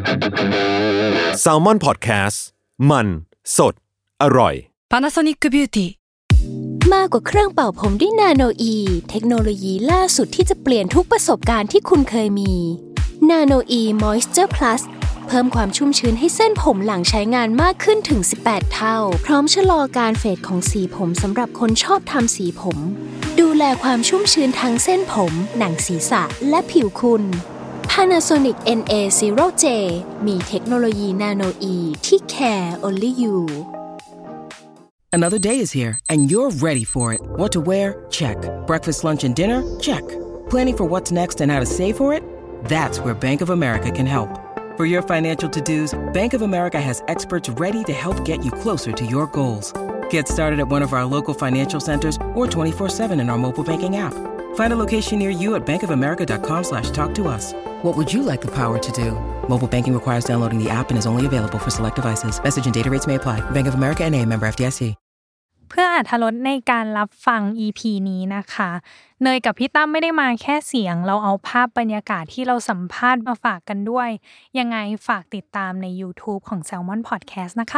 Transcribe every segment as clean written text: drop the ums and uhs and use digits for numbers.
Salmon Podcast มันสดอร่อย Panasonic Beauty มากกว่าเครื่องเป่าผมด้วยนาโนอีเทคโนโลยีล่าสุดที่จะเปลี่ยนทุกประสบการณ์ที่คุณเคยมีนาโนอีมอยส์เจอร์พลัสเพิ่มความชุ่มชื้นให้เส้นผมหลังใช้งานมากขึ้นถึง18เท่าพร้อมชะลอการเฟดของสีผมสำหรับคนชอบทำสีผมดูแลความชุ่มชื้นทั้งเส้นผมหนังศีรษะและผิวคุณ Panasonic NA0J มีเทคโนโลยีนาโนอีที่ care only you Another day is here, and you're ready for it. What to wear? Check. Breakfast, lunch, and dinner? Check. Planning for what's next and how to save for it? That's where Bank of America can help. For your financial to-dos, Bank of America has experts ready to help get you closer to your goals. Get started at one of our local financial centers or 24/7 in our mobile banking app. Find a location near you at bankofamerica.com/talktous. What would you like the power to do? Mobile banking requires downloading the app and is only available for select devices. Message and data rates may apply. Bank of America NA, member FDIC. เพื่ออรรถรสในการรับฟัง EP นี้นะคะเนยกับพี่ตั้มไม่ได้มาแค่เสียงเราเอาภาพบรรยากาศที่เราสัมภาษณ์มาฝากกันด้วยยังไงฝากติดตามใน YouTube ของ Salmon Podcast นะครับ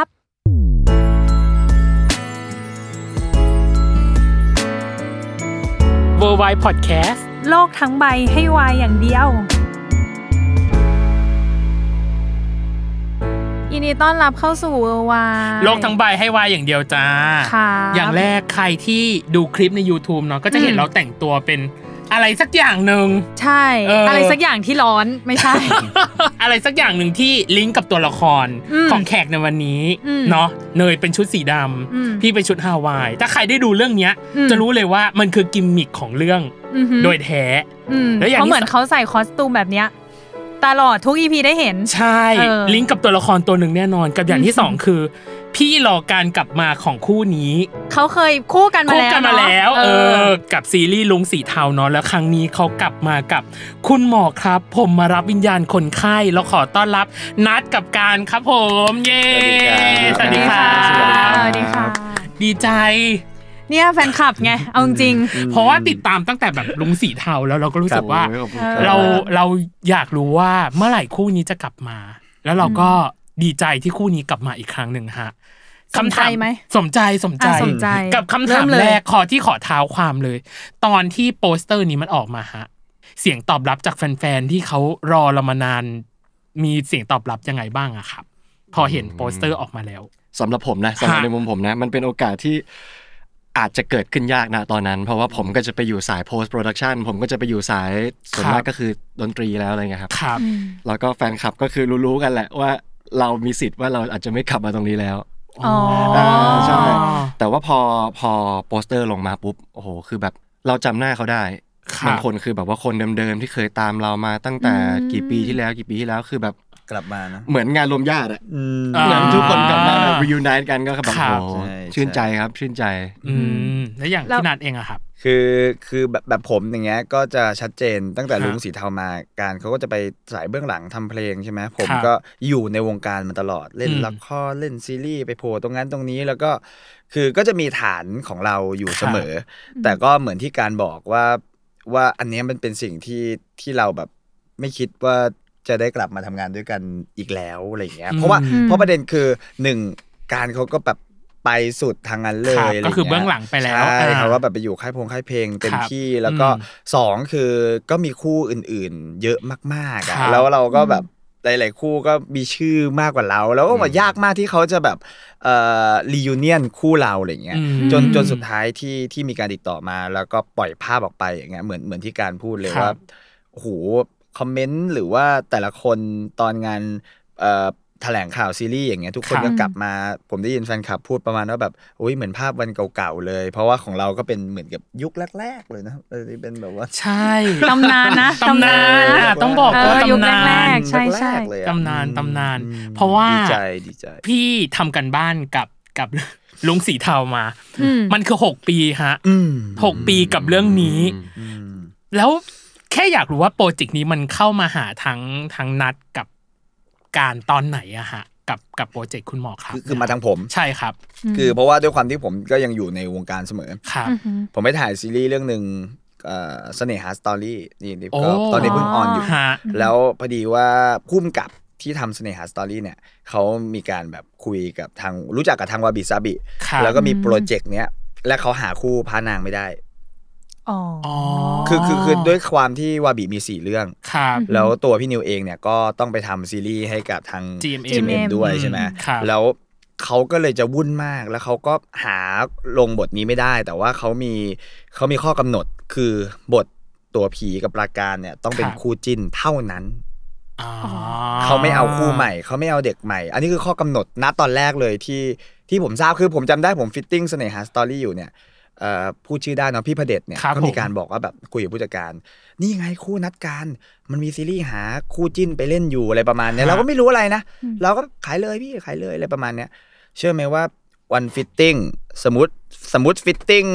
Worldwide Podcast โลกทั้งใบให้วายอย่างเดียวยินดีต้อนรับเข้าสู่ Worldwide โลกทั้งใบให้วายอย่างเดียวจ้าอย่างแรกใครที่ดูคลิปใน YouTube เนาะก็จะเห็นเราแต่งตัวเป็นอะไรสักอย่างนึงใช่อะไรสักอย่างที่ร้อนไม่ใช่อะไรสักอย่างนึงที่ลิงก์กับตัวละครของแขกในวันนี้เนาะเนยเป็นชุดสีดำพี่เป็นชุดฮาวายถ้าใครได้ดูเรื่องนี้จะรู้เลยว่ามันคือกิมมิคของเรื่องโดยแท้แล้วอย่างนี้เหมือนเขาใส่คอสตูมแบบเนี้ยตลอดทุก EP ได้เห็นใช่ลิงก์กับตัวละครตัวหนึ่งแน่นอนกับอย่างที่2คือพี่รอการกลับมาของคู่นี้เขาเคยคู่กันมาแล้วกับซีรีส์ลุงสีเทาเนาะแล้วครั้งนี้เขากลับมากับคุณหมอครับผมมารับวิญญาณคนไข้แล้วขอต้อนรับนัดกับการครับผมเย้สวัสดีค่ะสวัสดีค่ะดีใจเนี่ยแฟนคลับไงเอาจริงเพราะว่าติดตามตั้งแต่แบบลุงสีเทาแล้วเราก็รู้สึกว่าเราอยากรู้ว่าเมื่อไหร่คู่นี้จะกลับมาแล้วเราก็ดีใจที่คู่นี้กลับมาอีกครั้งหนึ่งฮะคำถามไหมสมใจกับคำถามแรกขอเท้าความเลยตอนที่โปสเตอร์นี้มันออกมาฮะเสียงตอบรับจากแฟนๆที่เขารอเรามานานมีเสียงตอบรับยังไงบ้างอะครับพอเห็นโปสเตอร์ออกมาแล้วสำหรับผมนะสำหรับในมุมผมนะมันเป็นโอกาสที่อาจจะเกิดขึ้นยากนะตอนนั้นเพราะว่าผมก็จะไปอยู่สาย post production ผมก็จะไปอยู่สายส่วนมากก็คือดนตรีแล้วอะไรเงี้ยครับแล้วก็แฟนคลับก็คือรู้ๆกันแหละว่าเรามีสิทธิ์ว่าเราอาจจะไม่กลับมาตรงนี้แล้วใช่แต่ว่าพอโปสเตอร์ลงมาปุ๊บโอ้โหคือแบบเราจำหน้าเขาได้บางคนคือแบบว่าคนเดิมๆที่เคยตามเรามาตั้งแต่กี่ปีที่แล้วคือแบบกลับมานะเหมือนงานรวมญาติอ่ะเหมือนทุกคนกลับมาแบบ reunite กันก็แบบโอ้ชื่นใจครับชื่นใจแล้วอย่างพี่นัทเองอะครับคือแบบผมอย่างเงี้ยก็จะชัดเจนตั้งแต่ลุงสีเทามาการเขาก็จะไปสายเบื้องหลังทำเพลงใช่ไหมผมก็อยู่ในวงการมาตลอดเล่นละครเล่นซีรีส์ไปโผล่ตรงนั้นตรงนี้แล้วก็คือก็จะมีฐานของเราอยู่เสมอแต่ก็เหมือนที่การบอกว่าอันนี้มันเป็นสิ่งที่เราแบบไม่คิดว่าจะได้กลับมาทำงานด้วยกันอีกแล้วอะไรอย่างเงี้ยเพราะประเด็นคือ1การเขาก็แบบไปสุดทางนั้นเลยก็คือเบื้องหลังไปแล้วใช่เขาว่าแบบไปอยู่ค่ายเพลงเต็มที่แล้วก็2คือก็มีคู่อื่นๆเยอะมากๆอ่ะแล้วเราก็แบบหลายๆคู่ก็มีชื่อมากกว่าเราแล้วก็แบบยากมากที่เขาจะแบบreunion คู่เราอะไรเงี้ยจนสุดท้ายที่มีการติดต่อมาแล้วก็ปล่อยภาพออกไปอย่างเงี้ยเหมือนที่การพูดเลยว่าโอ้โหคอมเมนต์หรือว่าแต่ละคนตอนงานแถลงข่าวซีรีส์อย่างเงี้ยทุกคนก็กลับมาผมได้ยินแฟนคลับพูดประมาณว่าแบบโอ้ยเหมือนภาพวันเก่าๆเลยเพราะว่าของเราก็เป็นเหมือนกับยุคแรกๆเลยนะที่เป็นแบบว่าใช่ตำนานนะตำนานต้องบอกว่าตำนานใช่ตำนานเพราะว่าดีใจพี่ทำกันบ้านกับลุงสีเทามามันคือ6ปีฮะ6ปีกับเรื่องนี้แล้วแค่อยากรู้ว่าโปรเจกต์นี้มันเข้ามาหาทั้งนัดกับการตอนไหนอะฮะกับโปรเจกต์คุณหมอครับคือมาทางผมใช่ครับคือเพราะว่าด้วยความที่ผมก็ยังอยู่ในวงการเสมอครับผมไปถ่ายซีรีส์เรื่องนึงเสน่หาสตอรี่นี่ก็ตอนนี้เพิ่งออนอยู่แล้วพอดีว่าพุ่มกับที่ทำเสน่หาสตอรี่เนี่ยเขามีการแบบคุยกับทางรู้จักกับทางวาบิซาบิแล้วก็มีโปรเจกต์เนี้ยและเขาหาคู่พระนางไม่ได้คือด้วยความที่วาบิมี4เรื่องแล้วตัวพี่นิวเองเนี่ยก็ต้องไปทำซีรีส์ให้กับทาง GMM ด้วยใช่ไหมแล้วเขาก็เลยจะวุ่นมากแล้วเขาก็หาลงบทนี้ไม่ได้แต่ว่าเขามีข้อกำหนดคือบทตัวผีกับปราการเนี่ยต้องเป็นคู่จิ้นเท่านั้นเขาไม่เอาคู่ใหม่เขาไม่เอาเด็กใหม่อันนี้คือข้อกำหนดณตอนแรกเลยที่ผมทราบคือผมจำได้ผมฟิตติ้งเสน่หาสตอรี่อยู่เนี่ยพูดชื่อได้เนาะพี่พเดชเนี่ยก็มีการบอกว่าแบบคุยกับผู้จัดการนี่ไงคู่นัดกันมันมีซีรีส์หาคู่จิ้นไปเล่นอยู่อะไรประมาณนี้เราก็ไม่รู้อะไรนะเราก็ขายเลยพี่ขายเลยอะไรประมาณเนี้ยเชื่อไหมว่าวันฟิตติ้งสมมติฟิตติ้ง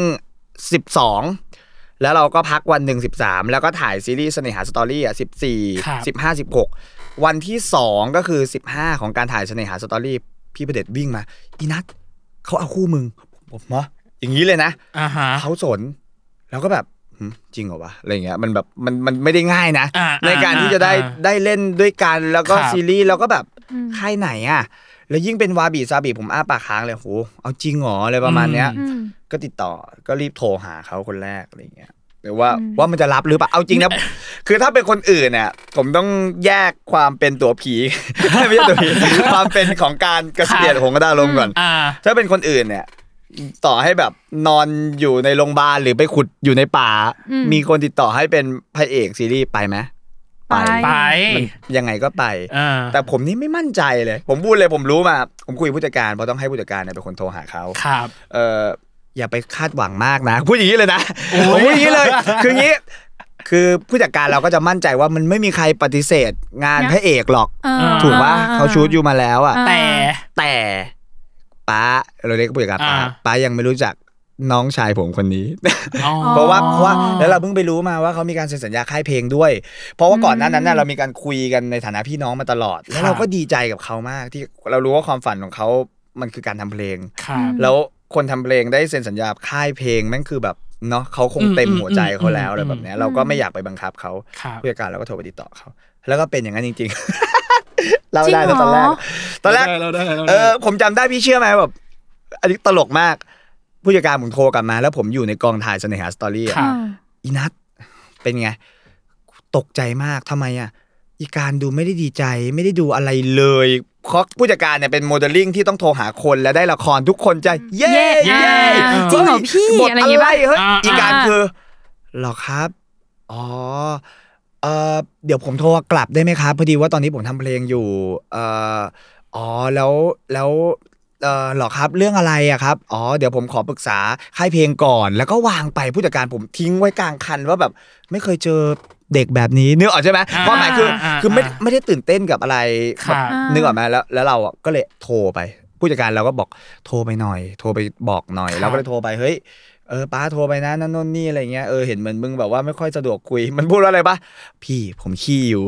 12แล้วเราก็พักวัน13แล้วก็ถ่ายซีรีส์เสน่หาสตอรี่14 15 16วันที่2ก็คือ15ของการถ่ายเสน่หาสตอรี่พี่พเดชวิ่งมาอีนัทเขาเอาคู่มึงผมเหรออย่างนี้เลยนะเขาสนแล้วก็แบบจริงเหรอวะอะไรเงี้ยมันแบบมันไม่ได้ง่ายนะในการที่จะได้เล่นด้วยกันแล้วก็ซีรีส์แล้วก็แบบค่ายไหนอ่ะแล้วยิ่งเป็นวาบิซาบิผมอ้าปากค้างเลยโหเอาจริงเหรออะไรประมาณเนี้ยก็ติดต่อก็รีบโทรหาเขาคนแรกอะไรเงี้ยหรือว่ามันจะรับหรือเปล่าเอาจริงนะคือถ้าเป็นคนอื่นเนี่ยผมต้องแยกความเป็นตัวผีไม่ใช่ตัวผีความเป็นของการกระเสียดของกระดาลงก่อนถ้าเป็นคนอื่นเนี่ยต่อให้แบบนอนอยู่ในโรงพยาบาลหรือไปขุดอยู่ในป่ามีคนติดต่อให้เป็นพระเอกซีรีส์ไปไหมไปยังไงก็ไปแต่ผมนี่ไม่มั่นใจเลยผมพูดเลยผมรู้มาผมคุยกับผู้จัดการเพราะต้องให้ผู้จัดการเนี่ยเป็นคนโทรหาเขาอย่าไปคาดหวังมากนะพูดอย่างนี้เลยนะผมพูดอย่างนี้เลยคืออย่างนี้คือผู้จัดการเราก็จะมั่นใจว่ามันไม่มีใครปฏิเสธงานพระเอกหรอกถูกป่ะเขาชูตอยู่มาแล้วอ่ะแต่ป้าเราเรียกผู้จัดการป้ายังไม่รู้จักน้องชายผมคนนี้เพราะว่าแล้วเราเพิ่งไปรู้มาว่าเขามีการเซ็นสัญญาค่ายเพลงด้วยเพราะว่าก่อนหน้านั้นเรามีการคุยกันในฐานะพี่น้องมาตลอดแล้วเราก็ดีใจกับเขามากที่เรารู้ว่าความฝันของเขามันคือการทำเพลงแล้วคนทำเพลงได้เซ็นสัญญาค่ายเพลงแม่งคือแบบเนาะเขาคงเต็มหัวใจเขาแล้วอะไรแบบนี้เราก็ไม่อยากไปบังคับเขาผู้จัดการเราก็โทรไปติดต่อเขาแล้วก็เป็นอย่างนั้นจริงๆเราได้ตอนแรกผมจำได้พี่เชื่อไหมแบบอันนี้ตลกมากผู้จัดการผมโทรกลับมาแล้วผมอยู่ในกองถ่ายเสน่หาสตอรี่อีนัทเป็นไงตกใจมากทำไมอ่ะอีการดูไม่ได้ดีใจไม่ได้ดูอะไรเลยเพราะผู้จัดการเนี่ยเป็นโมเดลลิ่งที่ต้องโทรหาคนและได้ละครทุกคนจะเย้จริงเหรอพี่อะไรอย่างเงี้ยเฮ้ยอีการคือหรอครับอ๋อเดี๋ยวผมโทรกลับได้ไหมครับพอดีว่าตอนนี้ผมทำเพลงอยู่อ๋อแล้วหรอครับเรื่องอะไรอะครับอ๋อเดี๋ยวผมขอปรึกษาค่ายเพลงก่อนแล้วก็วางไปผู้จัดการผมทิ้งไว้กลางคันว่าแบบไม่เคยเจอเด็กแบบนี้นึกออกใช่ไหมความหมายคือไม่ได้ตื่นเต้นกับอะไรนึกออกไหมแล้วเราก็เลยโทรไปผู้จัดการเราก็บอกโทรไปหน่อยโทรไปบอกหน่อยเราก็เลยโทรไปเฮ้ยป้าโทรไปนะนั่นนู่นนี่อะไรเงี้ยเห็นเหมือนมึงแบบว่าไม่ค่อยสะดวกคุยมันพูดว่าอะไรปะพี่ผมขี้อยู่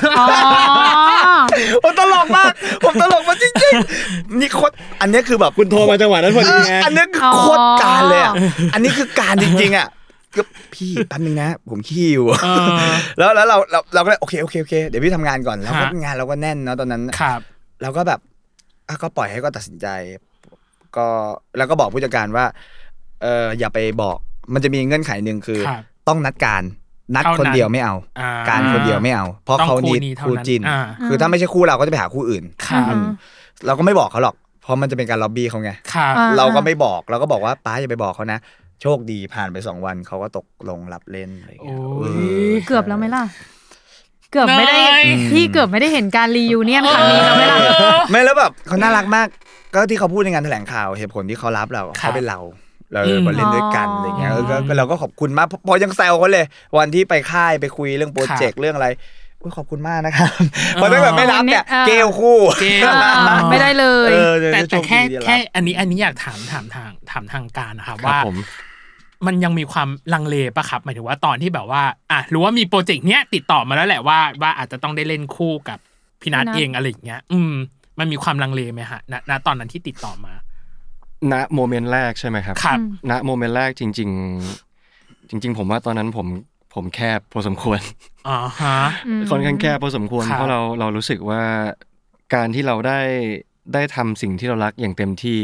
ผมตลกมากจริงๆนี่โคตรอันนี้คือแบบคุณโทรมาจังหวะนั้นพอดีไงอันนี้คือโคตรการเลยอ่ะอันนี้คือการจริงๆอ่ะก็พี่แป๊บนึงนะผมขี้อยู่แล้วเราก็เลยโอเคเดี๋ยวพี่ทำงานก่อนแล้วก็งานเราก็แน่นเนาะตอนนั้นเราก็แบบก็ปล่อยให้ก็ตัดสินใจก็แล้วก็บอกผู้จัดการว่าอย่าไปบอกมันจะมีเงื่อนไขนึงคือต้องนัดคนเดียวไม่เอาการคนเดียวไม่เอาเพราะเขานิดคู่จิ้นคือถ้าไม่ใช่คู่เราก็จะไปหาคู่อื่นเราก็ไม่บอกเขาหรอกเพราะมันจะเป็นการล็อบบี้เขาไงเราก็ไม่บอกเราก็บอกว่าป้าอย่าไปบอกเขานะโชคดีผ่านไป2วันเขาก็ตกลงรับเล่นอะไรอย่างเงี้ยเกือบแล้วไหมล่ะเกือบไม่ได้พี่เกือบไม่ได้เห็นการรียูเนียนครั้งนี้แล้วไหมล่ะไม่แล้วแบบเขาน่ารักมากก็ที่เขาพูดในงานแถลงข่าวเหตุผลที่เขารับเราเขาเป็นเรามาเล่นด้วยกันอะไรเงี้ยเราก็ขอบคุณมากพอยังแซวเขาเลยวันที่ไปค่ายไปคุยเรื่องโปรเจกต์เรื่องอะไรขอบคุณมากนะครับเพราะถ้าแบบไม่รับเนี่ยเกลคู่ไม่ได้เลยแต่แค่อันนี้อยากถามทางการนะครับว่ามันยังมีความลังเลป่ะครับหมายถึงว่าตอนที่แบบว่ารู้ว่ามีโปรเจกต์เนี้ยติดต่อมาแล้วแหละว่าอาจจะต้องได้เล่นคู่กับพี่นัทเองอะไรอย่างเงี้ยมันมีความลังเลไหมฮะณตอนนั้นที่ติดต่อมาณโมเมนต์แรกใช่ไหมครับณโมเมนต์แรกจริงผมว่าตอนนั้นผมแคบพอสมควรค่อนข้างแคบพอสมควรเพราะเรารู้สึกว่าการที่เราได้ทำสิ่งที่เรารักอย่างเต็มที่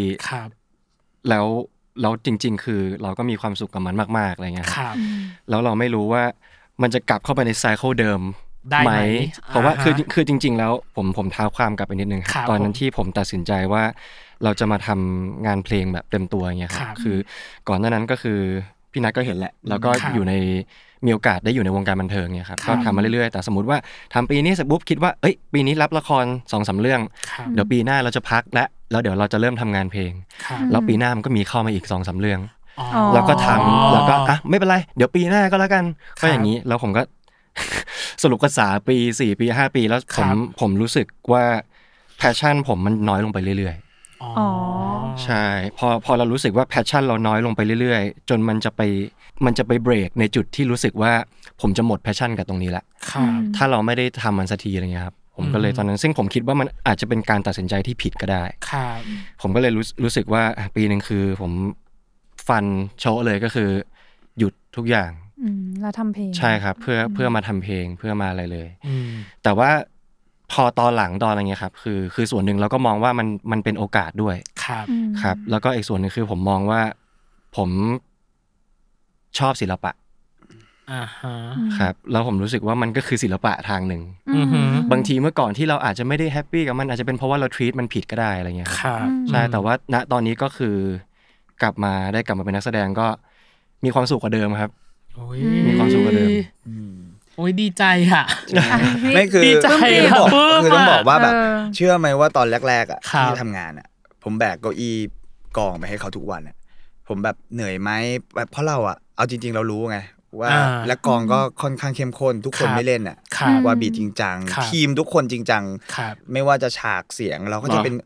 แล้วจริงๆคือเราก็มีความสุขกับมันมากๆอะไรเงี้ยครับแล้วเราไม่รู้ว่ามันจะกลับเข้าไปในไซเคิลเดิมได้ไหมเพราะว่าคือจริงๆแล้วผมท้าความกลับไปนิดนึงครับตอนนั้นที่ผมตัดสินใจว่าเราจะมาทำงานเพลงแบบเต็มตัวเงี้ยครับคือก่อนหน้านั้นก็คือพี่นัทก็เห็นแหละแล้วก็อยู่ในมีโอกาสได้อยู่ในวงการบันเทิงเนี่ยครับก็ทำมาเรื่อยๆแต่สมมติว่าทำปีนี้เสร็จปุ๊บคิดว่าเอ้ยปีนี้รับละคร 2-3 เรื่องเดี๋ยวปีหน้าเราจะพักแล้วเดี๋ยวเราจะเริ่มทำงานเพลงแล้วปีหน้ามันก็มีเข้ามาอีก 2-3 เรื่องแล้วก็ทำแล้วก็ไม่เป็นไรเดี๋ยวปีหน้าก็แล้วกันก็อย่างนี้แล้วผมก็สรุปก็3 ปี 4 ปี 5 ปีแล้วผมรู้สึกว่าแพชชั่นผมมันน้อยลงไปเรื่อยๆใช่พอเรารู้สึกว่าแพชชั่นเราน้อยลงไปเรื่อยๆจนมันจะไปเบรกในจุดที่รู้สึกว่าผมจะหมดแพชชั่นกับตรงนี้ละถ้าเราไม่ได้ทำมันสักทีอะไรเงี้ยครับผมก็เลยตอนนั้นซึ่งผมคิดว่ามันอาจจะเป็นการตัดสินใจที่ผิดก็ได้ผมก็เลยรู้สึกว่าปีนึงคือผมฟันโชว์เลยก็คือหยุดทุกอย่างแล้วทำเพลงใช่ครับเพื่อมาทำเพลงเพื่อมาอะไรเลยแต่ว่าพอตอนหลังตอนอะไรเงี้ยครับคือส่วนหนึ่งเราก็มองว่ามันเป็นโอกาสด้วยครับแล้วก็อีกส่วนนึงคือผมมองว่าผมชอบศิลปะครับแล้วผมรู้สึกว่ามันก็คือศิลปะทางหนึ่งบางทีเมื่อก่อนที่เราอาจจะไม่ได้แฮปปี้กับมันอาจจะเป็นเพราะว่าเราทรีตมันผิดก็ได้อะไรเงี้ยครับใช่แต่ว่าณตอนนี้ก็คือกลับมาเป็นนักแสดงก็มีความสุขกว่าเดิมครับมีความสุขกว่าเดิมโอ้ยดีใจอ่ะไม่คือต้องบอกว่าแบบเชื่อไหมว่าตอนแรกๆอ่ะที่ทำงานอ่ะผมแบกเก้าอี้กองไปให้เขาทุกวันอ่ะผมแบบเหนื่อยไหมเพราะเราอ่ะเอาจริงๆเรารู้ไงว่าและกองก็ค่อนข้างเข้มข้นทุกคนไม่เล่นอ่ะว่าบีจริงจังทีมทุกคนจริงจังไม่ว่าจะฉากเสียงเราก็จะเป็น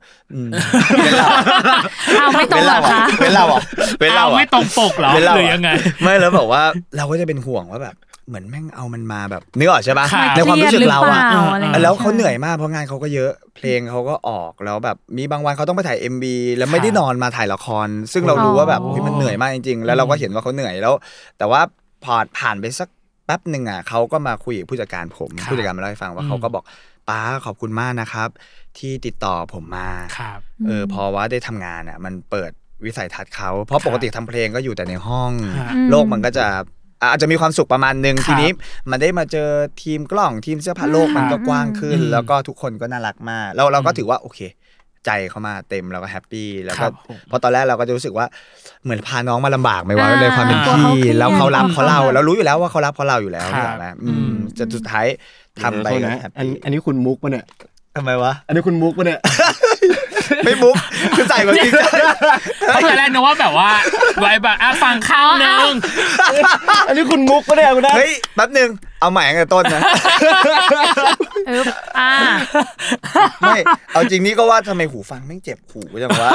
เอาไม่ตรงหรอคะเป็นเราอ่ะไม่ตรงปกหรอหรือยังไงไม่แล้วบอกว่าเราก็จะเป็นห่วงว่าแบบเหมือนแม่งเอามันมาแบบนึกออกใช่ป่ะในความรู้สึกเราอ่ะแล้วเขาเหนื่อยมากเพราะงานเขาก็เยอะเพลงเขาก็ออกแล้วแบบมีบางวันเขาต้องไปถ่าย MV แล้วไม่ได้นอนมาถ่ายละครซึ่งเรารู้ว่าแบบมันเหนื่อยมากจริงๆแล้วเราก็เห็นว่าเขาเหนื่อยแล้วแต่ว่าพอผ่านไปสักแป๊บนึงอ่ะเขาก็มาคุยกับผู้จัดการผมผู้จัดการมาเล่าให้ฟังว่าเขาก็บอกป้าขอบคุณมากนะครับที่ติดต่อผมมาพอว่าได้ทำงานอ่ะมันเปิดวิสัยทัศน์เขาเพราะปกติทำเพลงก็อยู่แต่ในห้องโลกมันก็จะอาจจะมีความสุขประมาณนึงทีนี้มันได้มาเจอทีมกล้องทีมเสื้อผ้าโลกมันก็กว้างขึ้นแล้วก็ทุกคนก็น่ารักมากเราก็ถือว่าโอเคใจเขามาเต็มแล้วก็แฮปปี้แล้วก็เพราะตอนแรกเราก็จะรู้สึกว่าเหมือนพาน้องมาลำบากไม่ว่าในความเป็นพี่แล้วเขารับเขาเล่าเรารู้อยู่แล้วว่าเขารับเขาเล่าอยู่แล้วใช่ไหมจะสุดท้ายทำไปอันนี้คุณมุกปะเนี่ยทำไมวะอันนี้คุณมุกปะเนี่ยไม่มุกคือใส่แบบจริงใจเขาแต่แรกนึกว่าแบบว่าไว้แบบฟังข้างนึงอันนี้คุณมุกปะเนี่ยคุณนะเฮ้ยแป๊บนึงเอาใหม่ตั้งแต่ต้นนะไม่เอาจริงนี่ก็ว่าทำไมหูฟังแม่งเจ็บหูจังวะ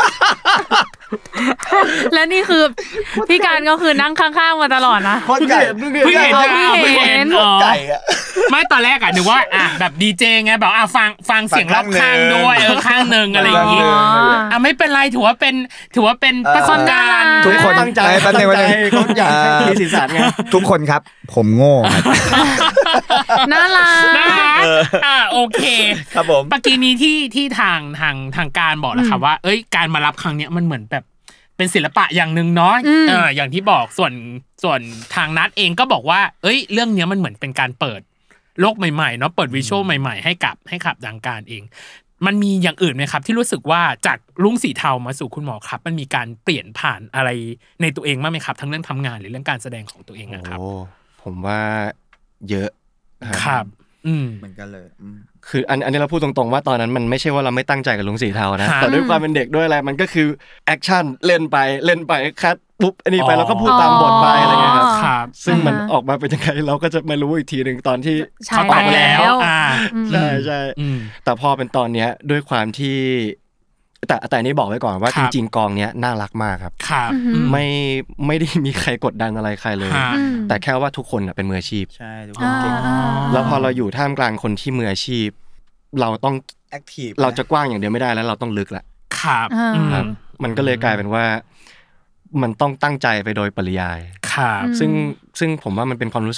และนี่คือพี่การก็คือนั่งข้างๆมาตลอดนะคนใหญ่เพิ่งเห็นไก่อะไม่ตอนแรกอะนึกว่าแบบดีเจไงแบบฟังเสียงรอบข้างด้วยข้างนึงอะไรอย่างงี้ไม่เป็นไรถือว่าเป็นประสบการณ์ทุกคนตั้งใจเขาอยากให้มีสีสันไงทุกคนครับผมโง่น่ารักโอเคครับผมเมื่อกี้นี้ที่ทางการบอกนะครับว่าการมารับครั้งเนี้ยมันเหมือนแบบเป็นศิลปะอย่างนึงเนาะอย่างที่บอกส่วนทางนัทเองก็บอกว่าเรื่องเนี้ยมันเหมือนเป็นการเปิดโลกใหม่ๆเนาะเปิดวิชวลใหม่ๆให้กับทางการเองมันมีอย่างอื่นไหมครับที่รู้สึกว่าจากลุงสีเทามาสู่คุณหมอครับมันมีการเปลี่ยนผ่านอะไรในตัวเองบ้างไหมครับทั้งเรื่องทำงานหรือเรื่องการแสดงของตัวเองนะครับผมว่าเยอะครับเหมือนกันเลยคืออันนี้เราพูดตรงๆว่าตอนนั้นมันไม่ใช่ว่าเราไม่ตั้งใจกับลุงสีเทานะแต่ด้วยความเป็นเด็กด้วยอะไรมันก็คือแอคชั่นเล่นไปคัดปุ๊บอันนี้ไปแล้วก็พูดตามบทไปอะไรเงี้ยครับซึ่งมันออกมาเป็นยังไงเราก็จะมารู้อีกทีนึงตอนที่เขาตัดแล้วใช่แต่พอเป็นตอนเนี้ยด้วยความที่แต่นี่บอกไว้ก่อนว่าจริงๆกองเนี้ยน่ารักมากครับไม่ได้มีใครกดดันอะไรใครเลยแต่แค่ว่าทุกคนเป็นมืออาชีพใช่ทุกคนเก่งแล้วพอเราอยู่ท่ามกลางคนที่มืออาชีพเราต้องแอคทีฟเราจะกว้างอย่างเดียวไม่ได้แล้วเราต้องลึกละครับมันก็เลยกลายเป็นว่ามันต้องตั้งใจไปโดยปริยายซึ่งผมว่ามันเป็นความรู้สึก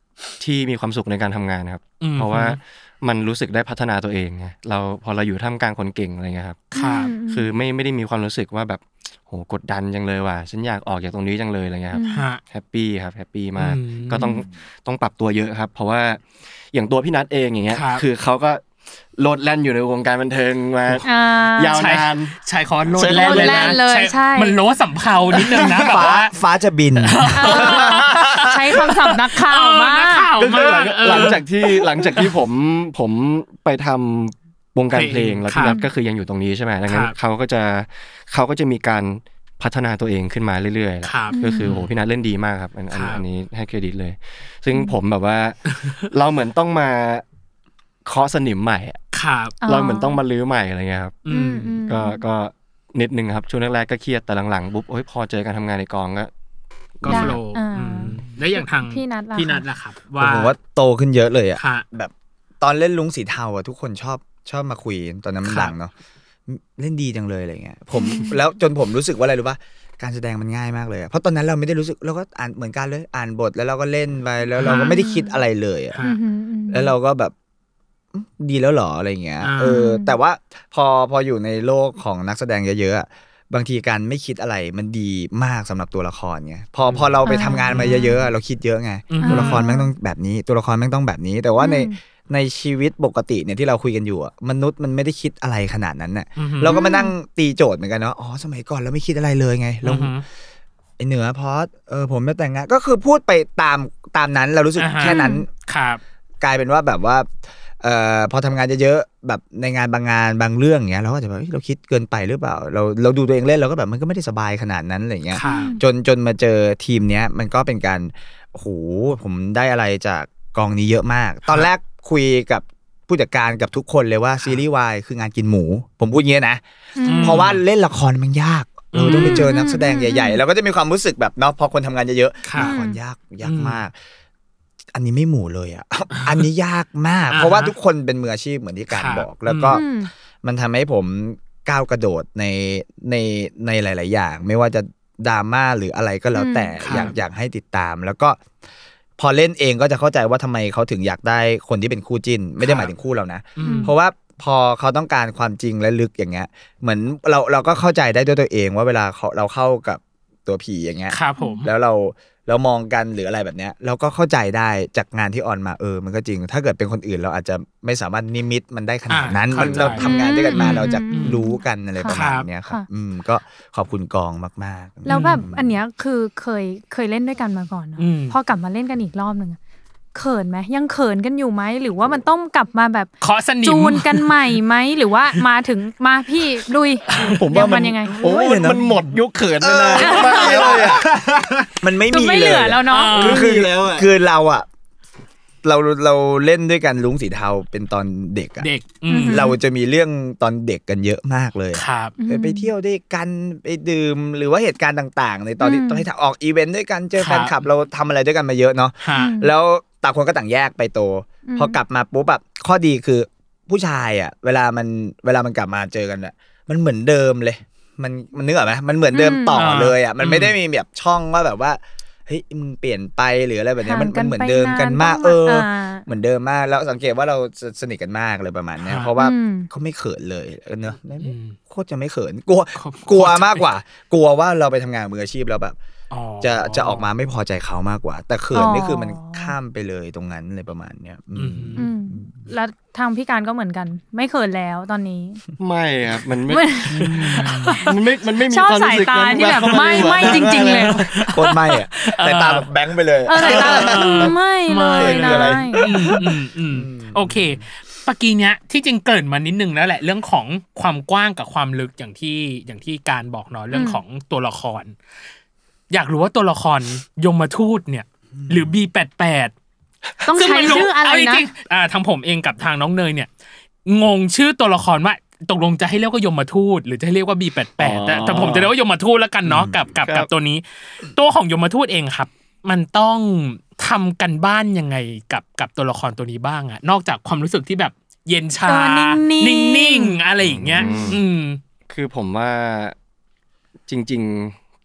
ที่มีความสุขในการทำงานครับเพราะว่ามันรู้สึกได้พัฒนาตัวเองไงพอเราอยู่ท่ามกลางคนเก่งอะไรเงี้ยครับคือไม่ได้มีความรู้สึกว่าแบบโหกดดันจังเลยว่ะฉันอยากออกจากตรงนี้จังเลยอะไรเงี้ยครับแฮปปี้ครับแฮปปี้มากก็ต้องปรับตัวเยอะครับเพราะว่าอย่างตัวพี่นัทเองอย่างเงี้ยคือเขาก็โลดแล่นอยู่ในวงการบันเทิงมายาวนานใช่ขอโลดแล่นเลยนะมันโลสำเภานิดนึงนะแบบว่าฟ้าจะบินใช้คำศัพท์นักข่าวมากก็คือหลังจากที่ผมไปทำวงการเพลงแล้วพี่นัทก็คือยังอยู่ตรงนี้ใช่ไหมดังนั้นเขาก็จะมีการพัฒนาตัวเองขึ้นมาเรื่อยๆก็คือโหพี่นัทเล่นดีมากครับอันนี้ให้เครดิตเลยซึ่งผมแบบว่าเราเหมือนต้องมาเคาะสนิมใหม่เราเหมือนต้องมาลื้อใหม่อะไรเงี้ยครับก็นิดนึงครับช่วงแรกๆก็เครียดแต่หลังๆปุ๊บโอ้ยพอเจอการทำงานในกองก็โฟลว์แล้วอย่างทางพี่นัทล่ะครับผมว่าโตขึ้นเยอะเลยอ่ะแบบตอนเล่นลุงสีเทาอ่ะทุกคนชอบมาคุยตอนนั้นมันดังเนาะเล่นดีจังเลยอะไรเงี้ยผมแล้วจนผมรู้สึกว่าอะไรรู้ป่ะการแสดงมันง่ายมากเลยเพราะตอนนั้นเราไม่ได้รู้สึกเราก็อ่านเหมือนกันเลยอ่านบทแล้วเราก็เล่นไปแล้วเราก็ไม่ได้คิดอะไรเลยอ่ะแล้วเราก็แบบดีแล้วหรออะไรเงี้ยแต่ว่าพออยู่ในโลกของนักแสดงเยอะๆบางทีการไม่คิดอะไรมันดีมากสำหรับตัวละครไงพอเราไปทำงานมาเยอะๆเราคิดเยอะไงตัวละครแม่งต้องแบบนี้ตัวละครแม่งต้องแบบนี้แต่ว่าในชีวิตปกติเนี่ยที่เราคุยกันอยู่อ่ะมนุษย์มันไม่ได้คิดอะไรขนาดนั้นน่ะเราก็มานั่งตีโจทย์เหมือนกันเนาะอ๋อสมัยก่อนเราไม่คิดอะไรเลยไงเราไอเหนือพอดผมไม่แต่งงานก็คือพูดไปตามนั้นเรารู้สึกแค่นั้นกลายเป็นว่าแบบว่าพอทำงานเยอะๆแบบในงานบางเรื่องอย่างเงี้ยเราก็จะแบบเราคิดเกินไปหรือเปล่าเราดูตัวเองเล่นเราก็แบบมันก็ไม่ได้สบายขนาดนั้นอะไรเงี้ยจนมาเจอทีมเนี้ยมันก็เป็นการโอ้โหผมได้อะไรจากกองนี้เยอะมากตอนแรกคุยกับผู้จัดการกับทุกคนเลยว่าซีรีส์วายคืองานกินหมูผมพูดอย่างเงี้ยนะเพราะว่าเล่นละครมันยากเราต้องไปเจอนักแสดงใหญ่ๆเราก็จะมีความรู้สึกแบบเนาะพอคนทำงานเยอะๆละครยากมากอันนี้ไม่หมู่เลยอ่ะ อันนี้ยากมากเพราะว่าทุกคนเป็นมืออาชีพเหมือนที่การบอกแล้วก็มันทำให้ผมก้าวกระโดดในหลายๆอย่างไม่ว่าจะดราม่าหรืออะไรก็แล้วแต่อยากให้ติดตามแล้วก็พอเล่นเองก็จะเข้าใจว่าทำไมเขาถึงอยากได้คนที่เป็นคู่จิ้นไม่ได้หมายถึงคู่เรานะเพราะว่าพอเขาต้องการความจริงและลึกอย่างเงี้ยเหมือนเราก็เข้าใจได้ด้วยตัวเองว่าเวลาเราเข้ากับตัวผีอย่างเงี้ยแล้วเรามองกันหรืออะไรแบบเนี้ยเราก็เข้าใจได้จากงานที่ออนมามันก็จริงถ้าเกิดเป็นคนอื่นเราอาจจะไม่สามารถนิมิตมันได้ขนาดนั้นเราทำงานด้วยกันมาเราจะรู้กันอะไรประมาณเนี้ยครับก็ขอบคุณกองมากๆแล้วแบบอันเนี้ยคือเคยเล่นด้วยกันมาก่อนพอกลับมาเล่นกันอีกรอบนึงเขินไหมยังเขินกันอยู่ไหมหรือว่ามันต้องกลับมาแบบจูนกันใหม่ไหมหรือว่ามาถึงมาพี่ลุยผมว่ามันยังไงโอ้ยมันหมดยุคเขินไปแล้วมันไม่มีเลยไม่เหลือแล้วเนาะคือเราอ่ะเราเล่นด้วยกันลุงสีเทาเป็นตอนเด็กอ่ะเราจะมีเรื่องตอนเด็กกันเยอะมากเลยไปเที่ยวด้วยกันไปดื่มหรือว่าเหตุการณ์ต่างๆในตอนที่ออกอีเวนต์ด้วยกันเจอแฟนคลับเราทำอะไรด้วยกันมาเยอะเนาะแล้วต่างคนก็ต่างแยกไปโตพอกลับมาปุ๊บแบบข้อดีคือผู้ชายอ่ะเวลามันกลับมาเจอกันอ่ะมันเหมือนเดิมเลยมันนึกออกไหมมันเหมือนเดิมต่อเลยอ่ะมันไม่ได้มีแบบช่องว่าแบบว่าเฮ้ยมึงเปลี่ยนไปหรืออะไรแบบนี้มันเหมือนเดิมกันมากเหมือนเดิมมากแล้วสังเกตว่าเราสนิทกันมากเลยประมาณนี้เพราะว่าเขาไม่เขินเลยเนอะโคตรจะไม่เขินกลัวมากกว่ากลัวว่าเราไปทำงานมืออาชีพแล้วแบบจะออกมาไม่พอใจเขามากกว่าแต่เขินนี่คือมันข้ามไปเลยตรงนั้นเลยประมาณเนี้ยแล้วทางพี่การก็เหมือนกันไม่เขินแล้วตอนนี้ไม่ครับมันไม่มีความรู้สึกนั้นที่แบบไม่จริงๆเลยโคตรไม่อ่ะแต่ตาแบบแบงค์ไปเลยแต่ตาแบบไม่เลยนะโอเคเมื่อกี้เนี้ยที่จริงเกริ่นมานิดนึงแล้วแหละเรื่องของความกว้างกับความลึกอย่างที่การบอกเนาะเรื่องของตัวละครอยากรู้ว่าตัวละครยมทูตเนี่ยหรือ B88 ต้องใช้ชื่ออะไรนะทางผมเองกับทางน้องเนยเนี่ยงงชื่อตัวละครว่าตกลงจะให้เรียกว่ายมทูตหรือจะให้เรียกว่า B88 แต่ผมจะเรียกว่ายมทูตแล้วกันเนาะกับตัวนี้ตัวของยมทูตเองครับมันต้องทำกันบ้านยังไงกับตัวละครตัวนี้บ้างอะนอกจากความรู้สึกที่แบบเย็นชานิ่งๆอะไรอย่างเงี้ยคือผมว่าจริงๆ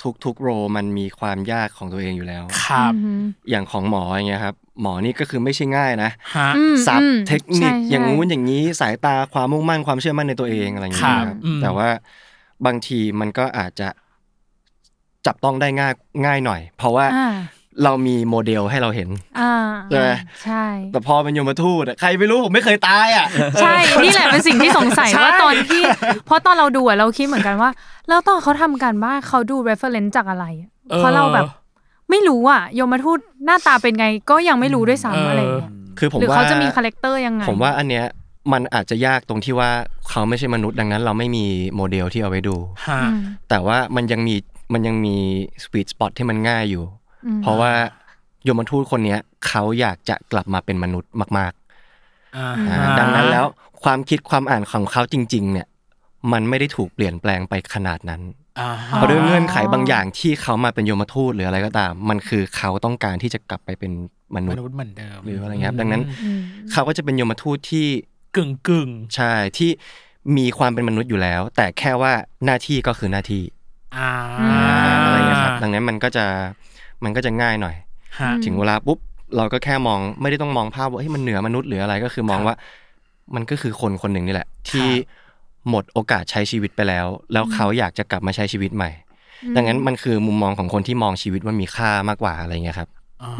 ทุกโรมันมีความยากของตัวเองอยู่แล้วครับอย่างของหมออย่างเงี้ยครับหมอนี่ก็คือไม่ใช่ง่ายนะศัพท์เทคนิคอย่างงู้นอย่างนี้สายตาความมุ่งมั่นความเชื่อมั่นในตัวเองอะไรอย่างเงี้ยครับแต่ว่าบางทีมันก็อาจจะจับต้องได้ง่ายหน่อยเพราะว่าเรามีโมเดลให้เราเห็นใช่ไหมใช่แต่พอเป็นยมทูตใครไม่รู้ผมไม่เคยตายใช่นี่แหละเป็นสิ่งที่สงสัยว่าตอนที่เพราะตอนเราดูเราคิดเหมือนกันว่าแล้วตอนเขาทำกันบ้านเขาดู reference จากอะไรเพราะเราแบบไม่รู้ยมทูตหน้าตาเป็นไงก็ยังไม่รู้ด้วยซ้ำอะไรอย่างเงี้ยคือผมว่าหรือเขาจะมีคาแรคเตอร์ยังไงผมว่าอันเนี้ยมันอาจจะยากตรงที่ว่าเขาไม่ใช่มนุษย์ดังนั้นเราไม่มีโมเดลที่เอาไว้ดูแต่ว่ามันยังมีสวีทสปอตที่มันง่ายอยู่เพราะว่ายมทูตคนนี้เขาอยากจะกลับมาเป็นมนุษย์มากๆดังนั้นแล้วความคิดความอ่านของเขาจริงๆเนี่ยมันไม่ได้ถูกเปลี่ยนแปลงไปขนาดนั้นเพราะด้วยเงื่อนไขบางอย่างที่เขามาเป็นยมทูตหรืออะไรก็ตามมันคือเขาต้องการที่จะกลับไปเป็นมนุษย์เหมือนเดิมหรืออะไรเงี้ยดังนั้นเขาก็จะเป็นยมทูตที่กึ่งใช่ที่มีความเป็นมนุษย์อยู่แล้วแต่แค่ว่าหน้าที่ก็คือหน้าที่อะไรเงี้ยครับดังนั้นมันก็จะง่ายหน่อยถึงเวลาปุ๊บเราก็แค่มองไม่ได้ต้องมองภาพว่ามันเหนือมนุษย์หรืออะไรก็คือมองว่ามันก็คือคนคนหนึ่งนี่แหละที่หมดโอกาสใช้ชีวิตไปแล้วเขาอยากจะกลับมาใช้ชีวิตใหม่ดังนั้นมันคือมุมมองของคนที่มองชีวิตว่ามีค่ามากกว่าอะไรเงี้ยครับ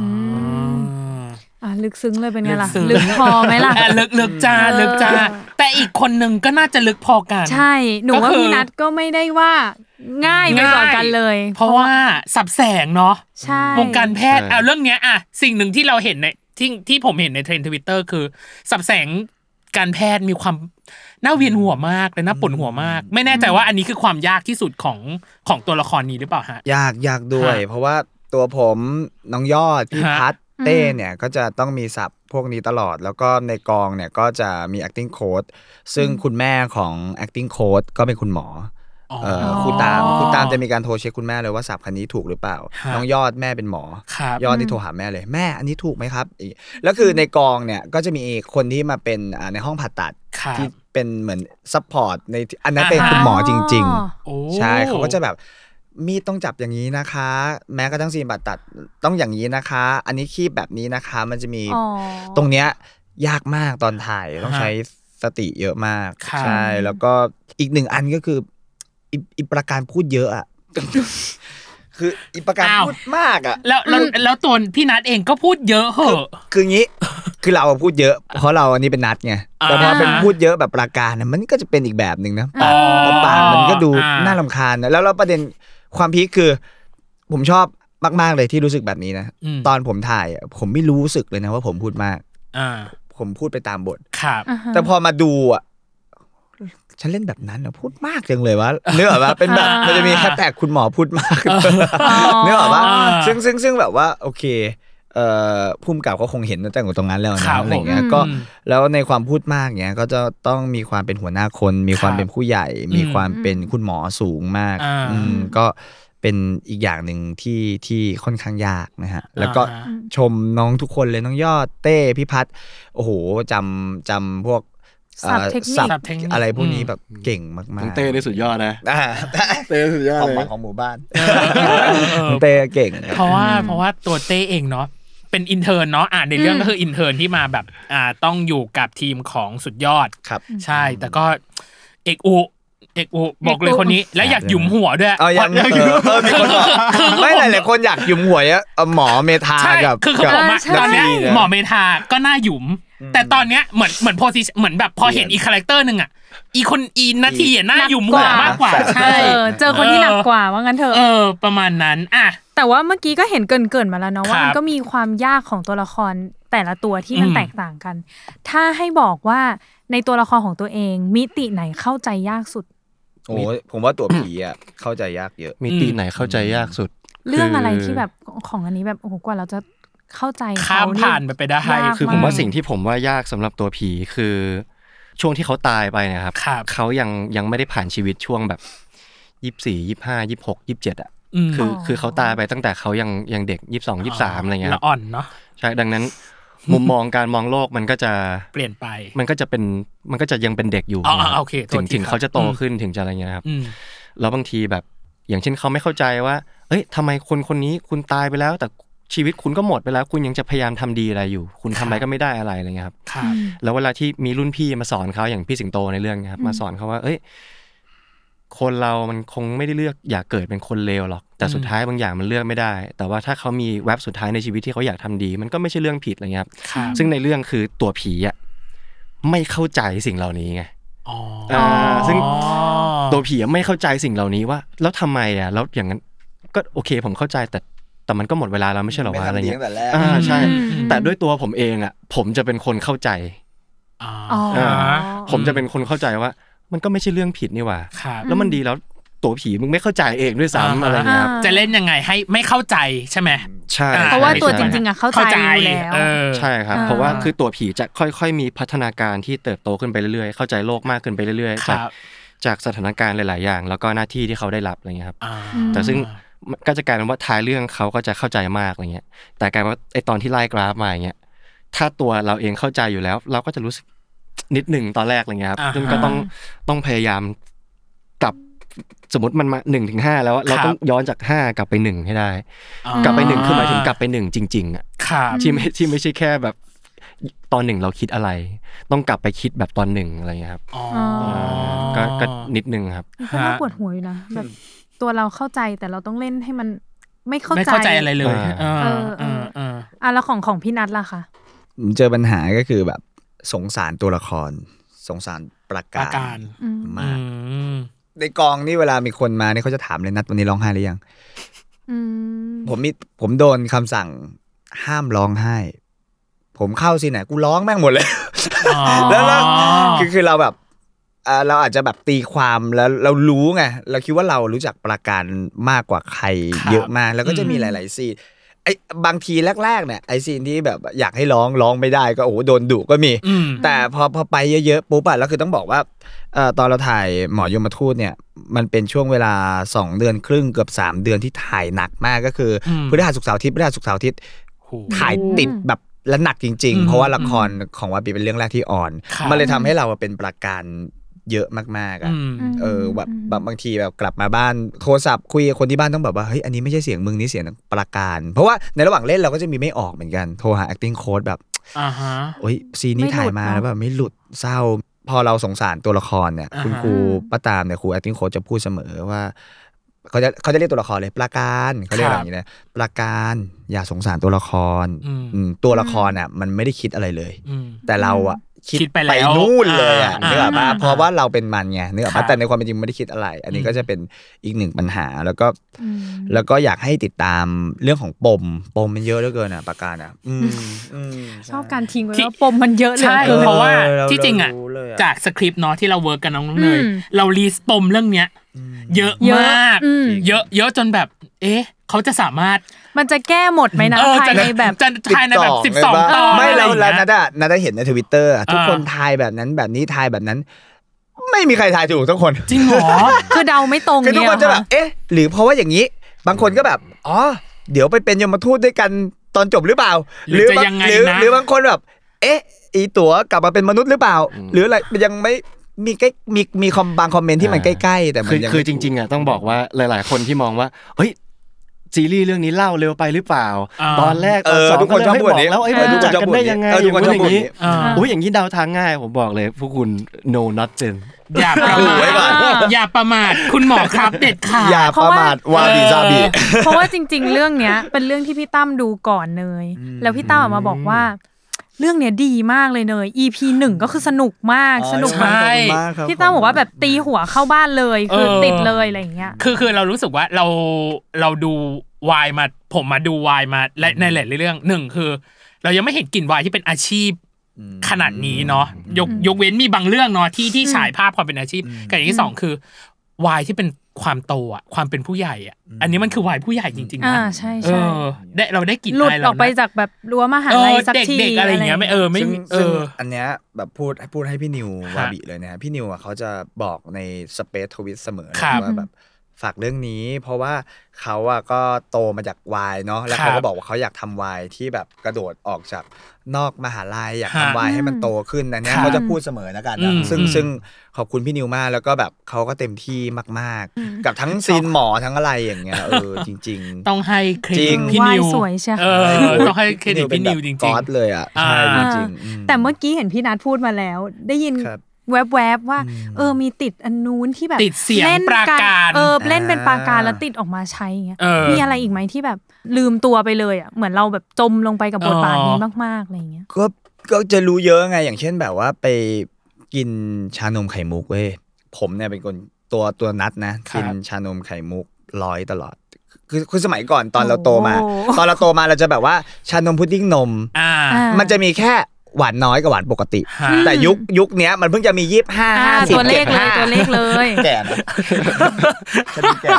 ลึกซึ้งเลยเป็นไงล่ะลึกพอไหมล่ะลึกจ้าแต่อีกคนนึงก็น่าจะลึกพอกันใช่หนูว่าพี่นัทก็ไม่ได้ว่าง่ายไปกว่ากันเลยเพราะว่าสับแสงเนาะใช่วงการแพทย์เรื่องเนี้ยสิ่งหนึ่งที่เราเห็นในที่ผมเห็นในเทรนด์ Twitter คือสับแสงการแพทย์มีความน่าเวียนหัวมากและน่าปวดหัวมากไม่แน่ใจว่าอันนี้คือความยากที่สุดของตัวละครนี้หรือเปล่าฮะยากด้วยเพราะว่าตัวผมน้องยอดพี่พัฒเต้เนี่ยก็จะต้องมีศัพท์พวกนี้ตลอดแล้วก็ในกองเนี่ยก็จะมี acting coach ซึ่งคุณแม่ของ acting coach ก็เป็นคุณหมอครูตามจะมีการโทรเช็คคุณแม่เลยว่าศัพท์คันนี้ถูกหรือเปล่าน้องยอดแม่เป็นหมอยอดที่โทรหาแม่เลยแม่อันนี้ถูกไหมครับแล้วคือในกองเนี่ยก็จะมีคนที่มาเป็นในห้องผ่าตัดที่เป็นเหมือนซัพพอร์ตในอันนั้นเป็นคุณหมอจริงๆใช่เขาก็จะแบบมีดต้องจับอย่างนี้นะคะแม้กระทั่งซีนผ่าตัดต้องอย่างนี้นะคะอันนี้คีบแบบนี้นะคะมันจะมีตรงเนี้ยยากมากตอนถ่ายต้องใช้สติเยอะมากใช่แล้วก็อีกหนึ่งอันก็คืออีประการพูดเยอะอ่ะคืออีประการพูดมากอ่ะแล้วตัวพี่นัทเองก็พูดเยอะเหอะคืองี้คือเราพูดเยอะเพราะเราอันนี้เป็นนัทไงแต่พอเป็นพูดเยอะแบบประการมันก็จะเป็นอีกแบบนึงนะปากมันก็ดูน่ารำคาญนะแล้วประเด็นความพีคคือผมชอบมากๆเลยที่รู้สึกแบบนี้นะตอนผมถ่ายผมไม่รู้สึกเลยนะว่าผมพูดมากผมพูดไปตามบทแต่พอมาดูฉันเล่นแบบนั้นพูดมากจังเลยวะเนื้อแบบเป็นแบบมันจะมีแฮชแท็กคุณหมอพูดมากเนื้อแบบซึ่งแบบว่าโอเคภูมิกับเขาคงเห็นตั้งแต่ตรงนั้นแล้วนะอะไรเงี้ยก็แล้วในความพูดมากเงี้ยก็จะต้องมีความเป็นหัวหน้าคนมีความเป็นผู้ใหญ่มีความเป็นคุณหมอสูงมากก็เป็นอีกอย่างหนึ่งที่ค่อนข้างยากนะฮะแล้วก็ชมน้องทุกคนเลยน้องยอดเต้พี่พัฒโอ้โหจำพวกศัพท์เทคนิคอะไรพวกนี้แบบเก่งมากๆเต้ได้สุดยอดนะเต้สุดยอดเลยของหมู่บ้านเต้เก่งเพราะว่าตัวเต้เองเนาะเป็นอินเทิร์นเนาะในเรื่องก็คืออินเทิร์นที่มาแบบต้องอยู่กับทีมของสุดยอดครับใช่แต่ก็เอกอุบอกเลยคนนี้แล้วอยากหยุมหัวด้วยไม่หลายๆคนอยากหยุมหัวหมอเมธากับคือผมตอนนี้หมอเมธาก็น่าหยุมแต่ตอนเนี้ยเหมือนโพสิเหมือนแบบพอเห็นอีกคาแรคเตอร์นึงอีคนนาทีน่าหยุมหัวมากกว่าใช่เจอคนที่หนักกว่าว่างั้นเถอะประมาณนั้นแต่ว่าเมื่อกี้ก็เห็นเกินมาแล้วเนาะว่ามันก็มีความยากของตัวละครแต่ละตัวที่มันแตกต่างกันถ้าให้บอกว่าในตัวละครของตัวเองมิติไหนเข้าใจยากสุดโอ้ผมว่าตัวผีเข้าใจยากเยอะมิติไหนเข้าใจยากสุดเรื่องอะไรที่แบบของอันนี้แบบโอ้โหกว่าเราจะเข้าใจข้ามผ่านไปได้คือผมว่าสิ่งที่ผมว่ายากสำหรับตัวผีคือช่วงที่เขาตายไปนะครับเขายังไม่ได้ผ่านชีวิตช่วงแบบ24 25 26 27อ่ะคือเขาตายไปตั้งแต่เขายังเด็ก22 23อะไรเงี้ยละอ่อนเนาะใช่ดังนั้นมุมมองการมองโลกมันก็จะเปลี่ยนไปมันก็จะยังเป็นเด็กอยู่โอเคถึงเขาจะโตขึ้นถึงจะอะไรเงี้ยครับแล้วบางทีแบบอย่างเช่นเขาไม่เข้าใจว่าเอ้ยทำไมคนนี้คุณตายไปแล้วแต่ชีวิตคุณก็หมดไปแล้วคุณยังจะพยายามทำดีอะไรอยู่คุณทำอะไรก็ไม่ได้อะไรอะไรเงี้ยครับแล้วเวลาที่มีรุ่นพี่มาสอนเขาอย่างพี่สิงโตในเรื่องครับมาสอนเขาว่าเอ้ยคนเรามันคงไม่ได้เลือกอยากเกิดเป็นคนเลวหรอกแต่สุดท้ายบางอย่างมันเลือกไม่ได้แต่ว่าถ้าเขามีแวบสุดท้ายในชีวิตที่เขาอยากทำดีมันก็ไม่ใช่เรื่องผิดอะไรเงี้ยครับซึ่งในเรื่องคือตัวผีอ่ะไม่เข้าใจสิ่งเหล่านี้ไงซึ่งตัวผีไม่เข้าใจสิ่งเหล่านี้ว่าแล้วทำไมอ่ะแล้วอย่างนั้นก็โอเคผมเข้าใจแต่มันก็หมดเวลาแล้วไม่ใช่หรอวะอะไรเงี้ยใช่แต่ด้วยตัวผมเองอ่ะผมจะเป็นคนเข้าใจผมจะเป็นคนเข้าใจว่ามันก็ไม่ใช่เรื่องผิดนี่หว่าแล้วมันดีแล้วตัวผีมึงไม่เข้าใจเองด้วยซ้ำอะไรเงี้ยจะเล่นยังไงให้ไม่เข้าใจใช่ไหมใช่เพราะว่าตัวจริงๆอ่ะเข้าใจอยู่แล้วใช่ครับเพราะว่าคือตัวผีจะค่อยๆมีพัฒนาการที่เติบโตขึ้นไปเรื่อยๆเข้าใจโลกมากขึ้นไปเรื่อยๆจากสถานการณ์หลายๆอย่างแล้วก็หน้าที่ที่เขาได้รับอะไรเงี้ยครับแต่ซึ่งก็จะกลายเป็นว่าท้ายเรื่องเขาก็จะเข้าใจมากอะไรเงี้ยแต่กลายว่าไอตอนที่ไล่กราฟมาอย่างเงี้ยถ้าตัวเราเองเข้าใจอยู่แล้วเราก็จะรู้สึกนิดหนึ่งตอนแรกอะไรเงี้ยครับซึ่งก็ต้องพยายามกลับสมมติมันมา 1-5 แล้วเราต้องย้อนจาก5กลับไป1ให้ได้กลับไป1คือหมายถึงกลับไป1จริงๆอ่ะที่ไม่ใช่แค่แบบตอน1เราคิดอะไรต้องกลับไปคิดแบบตอน1อะไรเงี้ยครับก็นิดนึงครับก็น่าปวดหัวอยู่นะแบบตัวเราเข้าใจแต่เราต้องเล่นให้มันไม่เข้าใจอะไรเลยแล้วของพี่นัทล่ะคะเจอปัญหาก็คือแบบสงสารตัวละครสงสารประการมากในกองนี่เวลามีคนมาเนี่ยเขาจะถามเลยนัดวันนี้ร้องไห้หรือยังผมโดนคำสั่งห้ามร้องไห้ผมเข้าซีนไหนกูร้องแม่งหมดเลยแล้วคือเราแบบเราอาจจะแบบตีความแล้วเรารู้ไงเราคิดว่าเรารู้จักประการมากกว่าใครเยอะมากแล้วก็จะมีหลายๆซีนไอ้บางทีแรกๆเนี่ยไอ้ซีนที่แบบอยากให้ร้องไม่ได้ก็โอ้โหโดนดุก็มีแต่พอไปเยอะๆปุ๊บอะแล้วคือต้องบอกว่าตอนเราถ่ายหมอยมทูตเนี่ยมันเป็นช่วงเวลา2เดือนครึ่งเกือบ3เดือนที่ถ่ายหนักมากก็คือพฤหัสศุกร์เสาร์อาทิตย์พฤหัสศุกร์เสาร์อาทิตย์ถ่ายติดแบบและหนักจริงๆเพราะว่าละครของวาบีเป็นเรื่องแรกที่ออนมันเลยทำให้เราเป็นประการเยอะมากๆอ่ะแบบบางทีแบบกลับมาบ้านโทรศัพท์คุยกับคนที่บ้านต้องแบบว่าเฮ้ยอันนี้ไม่ใช่เสียงมึงนี่เสียงประการเพราะว่าในระหว่างเล่นเราก็จะมีไม่ออกเหมือนกันโทรหา acting coach แบบโอ๊ยซีนนี้ถ่ายมาแล้วแบบไม่หลุดเศร้าพอเราสงสารตัวละครเนี่ยคุณครูป้าตามเนี่ยครู acting coach จะพูดเสมอว่าเขาจะเรียกตัวละครเลยประการเขาเรียกอย่างนี้นะประการอย่าสงสารตัวละครตัวละครอ่ะมันไม่ได้คิดอะไรเลยแต่เราอ่ะคิดไปนู่นเลยอ่ะนึกออกป่ะเพราะว่าเราเป็นมันไงนึกออกป่ะแต่ในความเป็นจริงไม่ได้คิดอะไรอันนี้ก็จะเป็นอีกหนึ่งปัญหาแล้วก็อยากให้ติดตามเรื่องของปมมันเยอะเหลือเกินอ่ะประการอ่ะชอบการทิ้งไว้ว่าปมมันเยอะเลยเพราะว่าที่จริงอ่ะจากสคริปต์เนาะที่เราเวิร์กกันน้องเนยเรารีสปมเรื่องเนี้ยเยอะมากเยอะจนแบบเขาจะสามารถมันจะแก้หมดไหมนะภายในแบบ 12ตอนไม่แล้วนัดได้เห็นใน Twitter ทุกคนทายแบบนั้นแบบนี้ทายแบบนั้นไม่มีใครทายถูกทุกคนจริงเหรอคือเดาไม่ตรงคือทุกคนจะแบบหรือเพราะว่าอย่างนี้บางคนก็แบบเดี๋ยวไปเป็นยมทูตด้วยกันตอนจบหรือเปล่าหรือบางคนแบบอีตั๋วกลับมาเป็นมนุษย์หรือเปล่าหรืออะไรยังไม่มีบางคอมเมนต์ที่มันใกล้ๆแต่มันคือจริงๆอ่ะต้องบอกว่าหลายๆคนที่มองว่าเฮ้ยซีรีส์เรื่องนี้เล่าเร็วไปหรือเปล่าตอนแรกตอน2 ทุกคนชอบพูดแล้วรู้จักกันได้ยังไงอย่างนี้อย่างนี้เดาทางง่ายผมบอกเลยพวกคุณ no nothing อย่าประมาทคุณหมอครับเด็ดขาดอย่าประมาทวาบิซาบิเพราะว่าจริงๆเรื่องเนี้ยเป็นเรื่องที่พี่ตั้มดูก่อนเนยแล้วพี่ตั้มมาบอกว่าเรื่องเนี้ยดีมากเลยเนย EP 1ก็คือสนุกมากพี่ตั้มบอกว่าแบบตีหัวเข้าบ้านเลยคือติดเลยอะไรอย่างเงี้ยคือเรารู้สึกว่าเราดูวายมาผมมาดูวายมาและในหลายเรื่อง1คือเรายังไม่เห็นกลิ่นวายที่เป็นอาชีพขนาดนี้เนาะยกเว้นมีบางเรื่องเนาะที่ฉายภาพความเป็นอาชีพกับอย่างที่2คือวายที่เป็นความโตอ่ะความเป็นผู้ใหญ่อ่ะอันนี้มันคือวายผู้ใหญ่จริงๆนะใช่เราได้กลิ่นอะไรแล้วหลุดออกไปจากแบบรั้วมหาลัยสักทีเด็กๆอะไรอย่างเงี้ยไม่อันเนี้ยแบบพูดให้พี่นิววาบิเลยนะพี่นิวอ่ะเขาจะบอกในสเปซทวิตเสมอว่าแบบฝากเรื่องนี้เพราะว่าเขาอะก็โตมาจากวายเนาะแล้วเขาก็บอกว่าเขาอยากทำวายที่แบบกระโดดออกจากนอกมหาลัยอยากทำวายให้มันโตขึ้นอันนี้เขาจะพูดเสมอนะกันนะซึ่งขอบคุณพี่นิวมากแล้วก็แบบเขาก็เต็มที่มากๆกับทั้งซีนหมอทั้งอะไรอย่างเงี้ยจริงๆต้องให้เครดิตพี่นิวสวยใช่ต้องให้เครดิตพี่นิวจริงๆก๊อดเลยอ่ะใช่จริงๆแต่เมื่อกี้เห็นพี่นัทพูดมาแล้วได้ยินแวบๆว่ามีติดอันนู้นที่แบบติดเสียงปราการเล่นเป็นปราการแล้วติดออกมาใช้อย่างเงี้ยมีอะไรอีกไหมที่แบบลืมตัวไปเลยอ่ะเหมือนเราแบบจมลงไปกับบทบาทนี้มากๆอะไรเงี้ยก็จะรู้เยอะไงอย่างเช่นแบบว่าไปกินชานมไข่มุกเว้ยผมเนี่ยเป็นคนตัวนัดนะกินชานมไข่มุก100ตลอดคือสมัยก่อนตอนเราโตมาเราจะแบบว่าชานมพุดดิ้งนมมันจะมีแค่หวานน้อยกับหวานปกติแต่ยุคนี้มันเพิ่งจะมี25 50 ตัวเลขเลยแก่นะฉันดูแก่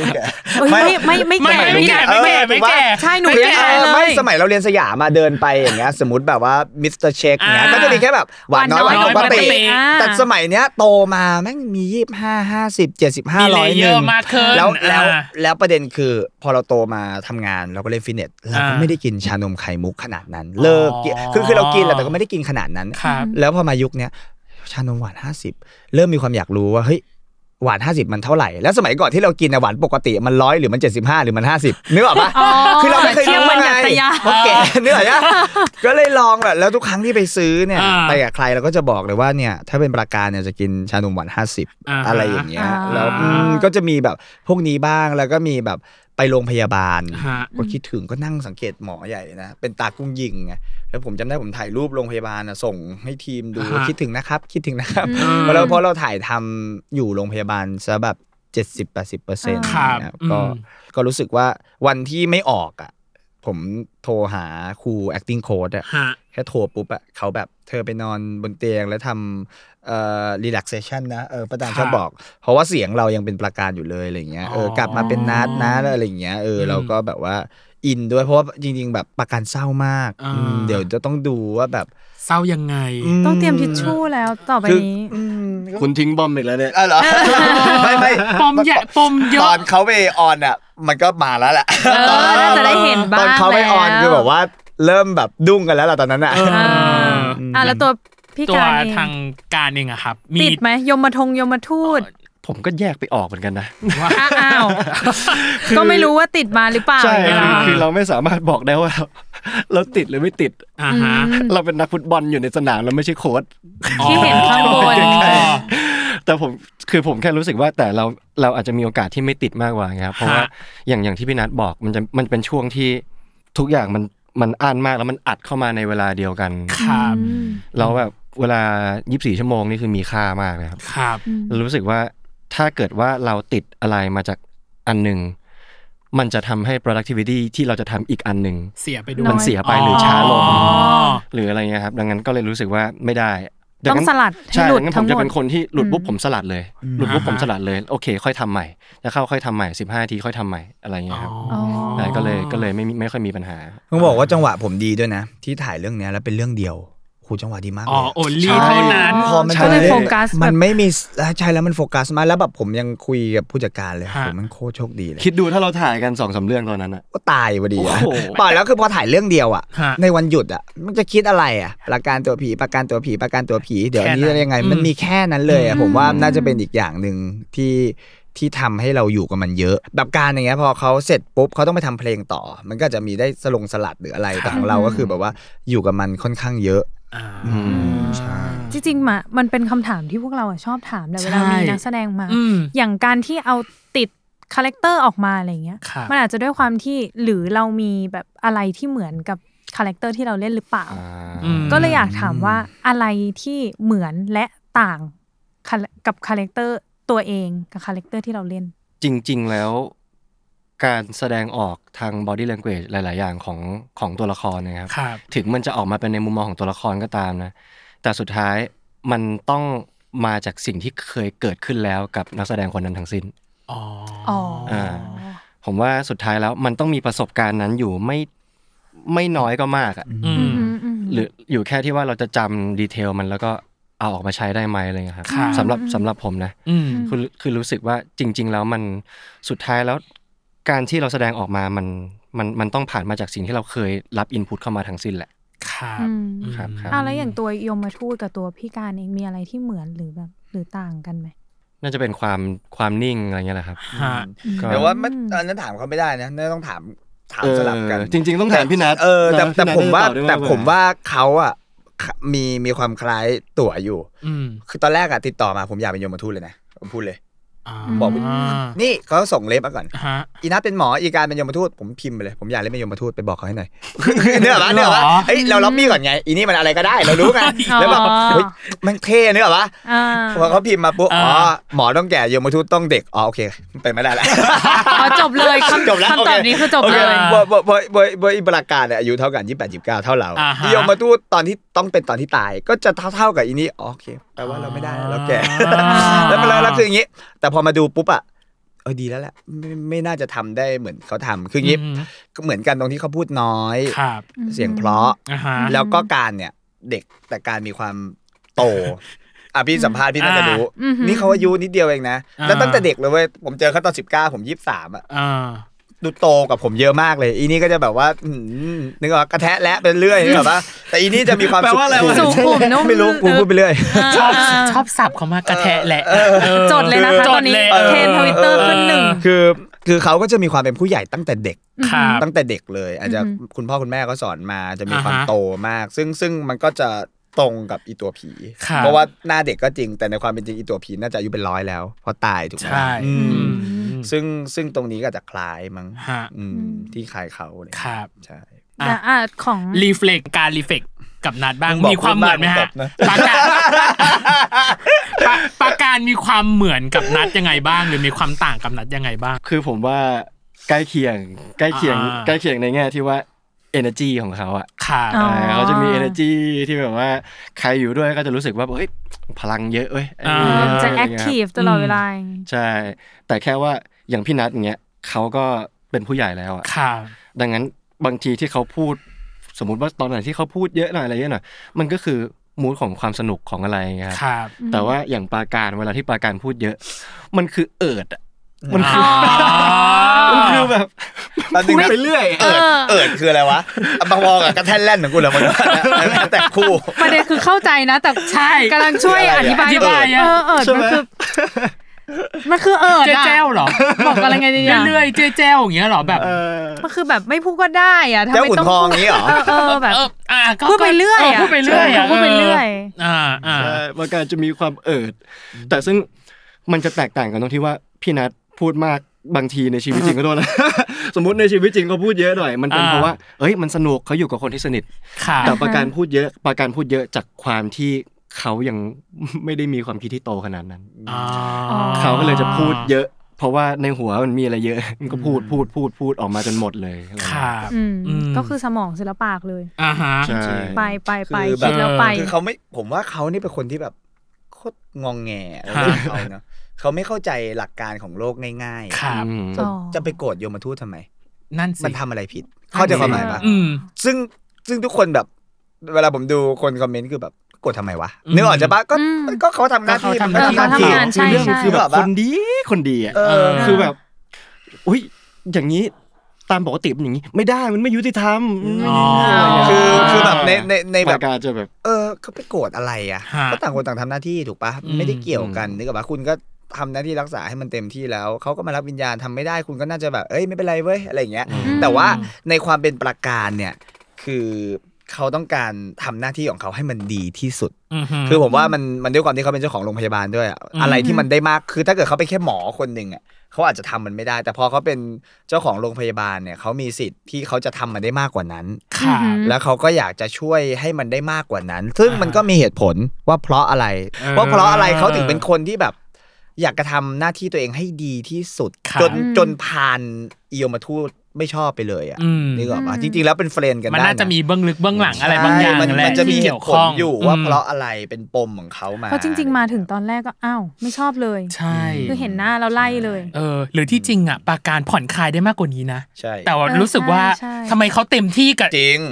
ไม่แก่ใช่หนูแก่เลยไม่สมัยเราเรียนสยามมาเดินไปอย่างเงี้ยสมมติแบบว่ามิสเตอร์เช็คเงี้ยก็จะมีแค่แบบหวานน้อยหวานปกติแต่สมัยเนี้ยโตมาแม่งมี25 50 75 100นึงแล้วประเด็นคือพอเราโตมาทำงานเราก็เล่นฟิตเนสเราก็ไม่ได้กินชานมไข่มุกขนาดนั้นเลิกคือเรากินแต่ก็ไม่ได้กินขนาดนั้นแล้วพอมายุคเนี้ยชานมหวาน50เริ่มมีความอยากรู้ว่าเฮ้ยหวาน50มันเท่าไหร่แล้วสมัยก่อนที่เรากินหวานปกติมัน100หรือมัน75หรือมัน50นึกออกปะคือเราไม่เคยรู้ไงเพราะแก่นึกออกปะก็เลยลองแบบแล้วทุกครั้งที่ไปซื้อเนี่ยไปกับใครเราก็จะบอกเลยว่าเนี่ยถ้าเป็นปราการเนี่ยจะกินชานมหวาน50อะไรอย่างเงี้ยแล้วก็จะมีแบบพวกนี้บ้างแล้วก็มีแบบไปโรงพยาบาลก็คิดถึงก็นั่งสังเกตหมอใหญ่นะเป็นตากุ้งยิงไงแล้วผมจำได้ผมถ่ายรูปโรงพยาบาลนะส่งให้ทีมดูคิดถึงนะครับเพราะเราถ่ายทำอยู่โรงพยาบาลซะแบบ 70-80% ก็รู้สึกว่าวันที่ไม่ออกอ่ะผมโทรหาครู acting coach อ่ะแค่โทรปุ๊บอ่ะเขาแบบเธอไปนอนบนเตียงแล้วทำrelaxation นะประธานชอบบอกเพราะว่าเสียงเรายังเป็นประการอยู่เลยอะไรเงี้ยกลับมาเป็นนัดนะอะไรอย่างเงี้ยเราก็แบบว่าอินด้วยเพราะว่าจริงๆแบบประการเศร้ามากเดี๋ยวจะต้องดูว่าแบบเศร้ายังไงต้องเตรียมทิชชู่แล้วต่อไปนี้คุณทิ้งบอมอีกแล้วเนี่ยเหรอไม่ปมใหญ่ปมเยอะตอนเขาไปออนอ่ะมันก็มาแล้วแหละน่าจะได้เห็นบ้างตอนเขาไปออนคือแบบว่าเริ่มแบบดุ้งกันแล้วล่ะตอนนั้นอ่ะแล้วตัวพี่การเองทางการเองอะครับติดไหมยมทูตผมก็แยกไปออกเหมือนกันนะอ้าวก็ไม่รู้ว่าติดมาหรือเปล่าใช่คือเราไม่สามารถบอกได้ว่าเราติดหรือไม่ติดเราเป็นนักฟุตบอลอยู่ในสนามเราไม่ใช่โค้ชที่เห็นข้างบนแต่ผมแค่รู้สึกว่าแต่เราอาจจะมีโอกาสที่ไม่ติดมากกว่าครับเพราะว่าอย่างที่พี่นัทบอกมันเป็นช่วงที่ทุกอย่างมันอั้นมากแล้วมันอัดเข้ามาในเวลาเดียวกันครับแล้วแบบเวลา24ชั่วโมงนี่คือมีค่ามากเลยครับครับรู้สึกว่าถ้าเกิดว่าเราติดอะไรมาจากอันนึงมันจะทำให้ productivity ที่เราจะทำอีกอันนึงเสียไปด้วยมันเสียไปหรือช้าลงหรืออะไรเงี้ยครับดังนั้นก็เลยรู้สึกว่าไม่ได้ต้องสลัดให้หลุดทั้งหมดผมจะเป็นคนที่หลุดปุ๊บผมสลัดเลยหลุดปุ๊บผมสลัดเลยโอเคค่อยทำใหม่จะเข้าค่อยทำใหม่15นาทีค่อยทำใหม่อะไรเงี้ยครับก็เลยไม่ค่อยมีปัญหาต้องบอกว่าจังหวะผมดีด้วยนะที่ถ่ายเรื่องนี้แล้วเป็นเรื่องเดียวจังหวะดีมากเลยโอลี่เท่านั้นพอมันก็เลยโฟกัสมันไม่มีใช่แล้วมันโฟกัสมาแล้วแบบผมยังคุยกับผู้จัดการเลยผมมันโคตรโชคดีเลยคิดดูถ้าเราถ่ายกัน 2-3 เรื่องตอนนั้นอ่ะก็ตายพอดีอ่ะป่ะแล้วคือพอถ่ายเรื่องเดียวอ่ะในวันหยุดอ่ะมันจะคิดอะไรอ่ะประกันตัวผีเดี๋ยวนี้ยังไงมันมีแค่นั้นเลยอ่ะผมว่าน่าจะเป็นอีกอย่างนึงที่ทำให้เราอยู่กับมันเยอะแบบการอย่างเงี้ยพอเขาเสร็จปุ๊บเขาต้องไปทำเพลงต่อมันก็จะมีได้สลัดหรืออะไรแต่ของเราก็คือแบบว่าอยู่กับมันค่อนข้างเยอะใช่จริงๆมันเป็นคำถามที่พวกเราชอบถามเวลามีนักแสดงมาอย่างการที่เอาติดคาแรคเตอร์ออกมาอะไรเงี้ยมันอาจจะด้วยความที่หรือเรามีแบบอะไรที่เหมือนกับคาแรคเตอร์ที่เราเล่นหรือเปล่าก็เลยอยากถามว่าอะไรที่เหมือนและต่างกับคาแรคเตอร์ตัวเองกับคาแรคเตอร์ที่เราเล่นจริงๆแล้วการแสดงออกทาง body language หลายๆอย่างของตัวละครนะครับถึงมันจะออกมาเป็นในมุมมองของตัวละครก็ตามนะแต่สุดท้ายมันต้องมาจากสิ่งที่เคยเกิดขึ้นแล้วกับนักแสดงคนนั้นทั้งสิ้นผมว่าสุดท้ายแล้วมันต้องมีประสบการณ์นั้นอยู่ไม่น้อยก็มากอ่ะหรืออยู่แค่ที่ว่าเราจะจำดีเทลมันแล้วก็เอาออกมาใช้ได้ไหมอะไรเงี้ยครับสำหรับผมนะคือรู้สึกว่าจริงๆแล้วมันสุดท้ายแล้วการที่เราแสดงออกมามันต้องผ่านมาจากสิ่งที่เราเคยรับอินพุตเข้ามาทั้งสิ้นแหละครับแล้วอย่างตัวยมทูตกับตัวพี่การเองมีอะไรที่เหมือนหรือแบบหรือต่างกันไหมน่าจะเป็นความนิ่งอะไรเงี้ยแหละครับแต่ว่าอันนั้นถามเขาไม่ได้นะต้องถามสลับกันจริงๆต้องถามพี่นัทแต่ผมว่าเขาอ่ะมีความคล้ายตั๋วอยู่คือตอนแรกอ่ะติดต่อมาผมอยากเป็นยมทูตเลยนะผมพูดเลยบอกนี่เขาส่งเล็บมาก่อนอีนัทเป็นหมออีการเป็นยมทูตผมพิมพ์ไปเลยผมอยากเล่นเป็นยมทูตไปบอกเขาให้หน่อยเนื้อปะเฮ้ยเราล็อบบี้ก่อนไงอีนี่มันอะไรก็ได้เรารู้ไงแล้วแบบเฮ้ยมันเท่เนื้อปะพอเขาพิมพ์มาปุ๊บหมอต้องแก่ยมทูตต้องเด็กโอเคไปไม่ได้แล้วจบเลยคำตอบนี้คือจบเลยบอิบราการเนี่ยอายุเท่ากัน28-29เท่าเรายมทูตตอนที่ต้องเป็นตอนที่ตายก็จะเท่ากับอีนี่โอเคแปลว่าเราไม่ได้เราแก่แล้วคืออย่างนี้แต่พอมาดูปุ๊บอ่ะดีแล้วแหละไม่น่าจะทำได้เหมือนเขาทำคืออย่างนี้ก็เหมือนกันตรงที่เขาพูดน้อยเสียงเพราะแล้วก็การเนี่ยเด็กแต่การมีความโตพี่สัมภาษณ์พี่น่าจะรู้นี่เขาอายุนิดเดียวเองนะแล้วตั้งแต่เด็กเลยเว้ยผมเจอเขาตอน19ผม23อ่ะดูโตกับผมเยอะมากเลยอีนี่ก็จะแบบว่านึกว่ากระแทะและเป็นเรื่อยแบบว่าแต่อีนี่จะมีความสุขุมนุ่มไม่รู้กูพูดไปเรื่อยชอบสับเขามากระแทะแหละจดเลยนะคะตอนนี้เทรนด์ Twitter ขึ้น1 คือเขาก็จะมีความเป็นผู้ใหญ่ตั้งแต่เด็กตั้งแต่เด็กเลยอาจจะคุณพ่อคุณแม่ก็สอนมาจะมีความโตมากซึ่งมันก็จะตรงกับอีตัวผีเพราะว่าหน้าเด็กก็จริงแต่ในความเป็นจริงอีตัวผีน่าจะอายุเป็น100แล้วเพราะตายถูกไหมซึ่งตรงนี้ก็จะคล้ายมั้งที่คล้ายเขาเนี่ยใช่ของรีเฟล็กการรีเฟล็กกับนัดบ้างมีความเหมือนไหมฮะปาการมีความเหมือนกับนัดยังไงบ้างหรือมีความต่างกับนัดยังไงบ้างคือผมว่าใกล้เคียงในแง่ที่ว่า energy ของเขาอ่ะเขาจะมี energy ที่แบบว่าใครอยู่ด้วยก็จะรู้สึกว่าเฮ้ยพลังเยอะเว้ยจะ active ตลอดเวลาใช่แต่แค่ว่าอย่างพี่นัทอย่างเงี้ยเขาก็เป็นผู้ใหญ่แล้วอ่ะดังนั้นบางทีที่เขาพูดสมมุติว่าตอนไหนที่เขาพูดเยอะหน่อยอะไรเยอะหน่อยมันก็คือมูดของความสนุกของอะไรเงี้ยครับแต่ว่าอย่างปาการเวลาที่ปาการพูดเยอะมันคืออ่ะมันคือแบบพูดไปเรื่อยคืออะไรวะบางวอกับกระแทนแล่นของกูเหรอมันแต่คู่ประเด็นคือเข้าใจนะแต่ใช่กำลังช่วยอธิบายมันคือแจ้วเหรอบอกอะไรไงดีเรื่อยๆแจ้วอย่างเงี้ยเหรอแบบมันคือแบบไม่พูดก็ได้อ่ะทำไมต้องพูดอย่างงี้เหรอแบบพูดไปเรื่อยพูดไปเรื่อยมันก็จะมีความแต่ซึ่งมันจะแตกต่างกันตรงที่ว่าพี่นัทพูดมากบางทีในชีวิตจริงก็โดนนะสมมุติในชีวิตจริงเขาพูดเยอะหน่อยมันเป็นเพราะว่ามันสนุกเขาอยู่กับคนที่สนิทแต่ปาการพูดเยอะจากความที่เขายังไม่ได้มีความคิดที่โตขนาดนั้นเขาก็เลยจะพูดเยอะเพราะว่าในหัวมันมีอะไรเยอะมันก็พูดออกมาจนหมดเลยก็คือสมองศิลปะเลยใช่ไปคิดแล้วไปคือเขาไม่ผมว่าเขานี่เป็นคนที่แบบโคตรงงแงอะไรเขาเนาะเขาไม่เข้าใจหลักการของโลกง่ายๆจะไปโกรธโยมทูตทำไมนั่นมันทำอะไรผิดเข้าใจความหมายปะซึ่งทุกคนแบบเวลาผมดูคนคอมเมนต์คือแบบกดทำไมวะนึกออกจะปะก็เขาทำหน้าที่เรื่องคือแบบคนดีอ่ะคือแบบอุ้ยอย่างนี้ตามปกติเป็นอย่างนี้ไม่ได้มันไม่ยุติธรรมคือแบบในแบบการจะแบบเขาไปโกรธอะไรอ่ะก็ต่างคนต่างทำหน้าที่ถูกปะไม่ได้เกี่ยวกันนึกออกปะคุณก็ทำหน้าที่รักษาให้มันเต็มที่แล้วเขาก็มารับวิญญาณทำไม่ได้คุณก็น่าจะแบบไม่เป็นไรเว้ยอะไรอย่างเงี้ยแต่ว่าในความเป็นประการเนี่ยคือเขาต้องการทำหน้าที่ของเขาให้มันดีที่สุดคือผมว่ามันด้วยความที่เขาเป็นเจ้าของโรงพยาบาลด้วยอะไรที่มันได้มากคือถ้าเกิดเขาเป็นแค่หมอคนนึงอ่ะเขาอาจจะทำมันไม่ได้แต่พอเขาเป็นเจ้าของโรงพยาบาลเนี่ยเขามีสิทธิ์ที่เขาจะทำมันได้มากกว่านั้นแล้วเขาก็อยากจะช่วยให้มันได้มากกว่านั้นซึ่งมันก็มีเหตุผลว่าเพราะอะไรเขาถึงเป็นคนที่แบบอยากจะทำหน้าที่ตัวเองให้ดีที่สุดจนผ่านอิโยมทูตไม่ชอบไปเลยอ่ะนี่ก็ว่าจริงๆแล้วเป็นเฟรนด์กันได้มันน่าจะมีเบื้องลึกเบื้องหลังอะไรบางอย่างมันจะมีเหตุผลอยู่ว่าเพราะอะไรเป็นปมของเขามาเพราะจริงๆมาถึงตอนแรกก็อ้าวไม่ชอบเลยใช่คือเห็นหน้าแล้วไล่เลยหรือที่จริงอ่ะปาการผ่อนคลายได้มากกว่านี้นะใช่แต่ว่ารู้สึกว่าทำไมเขาเต็มที่กับทุก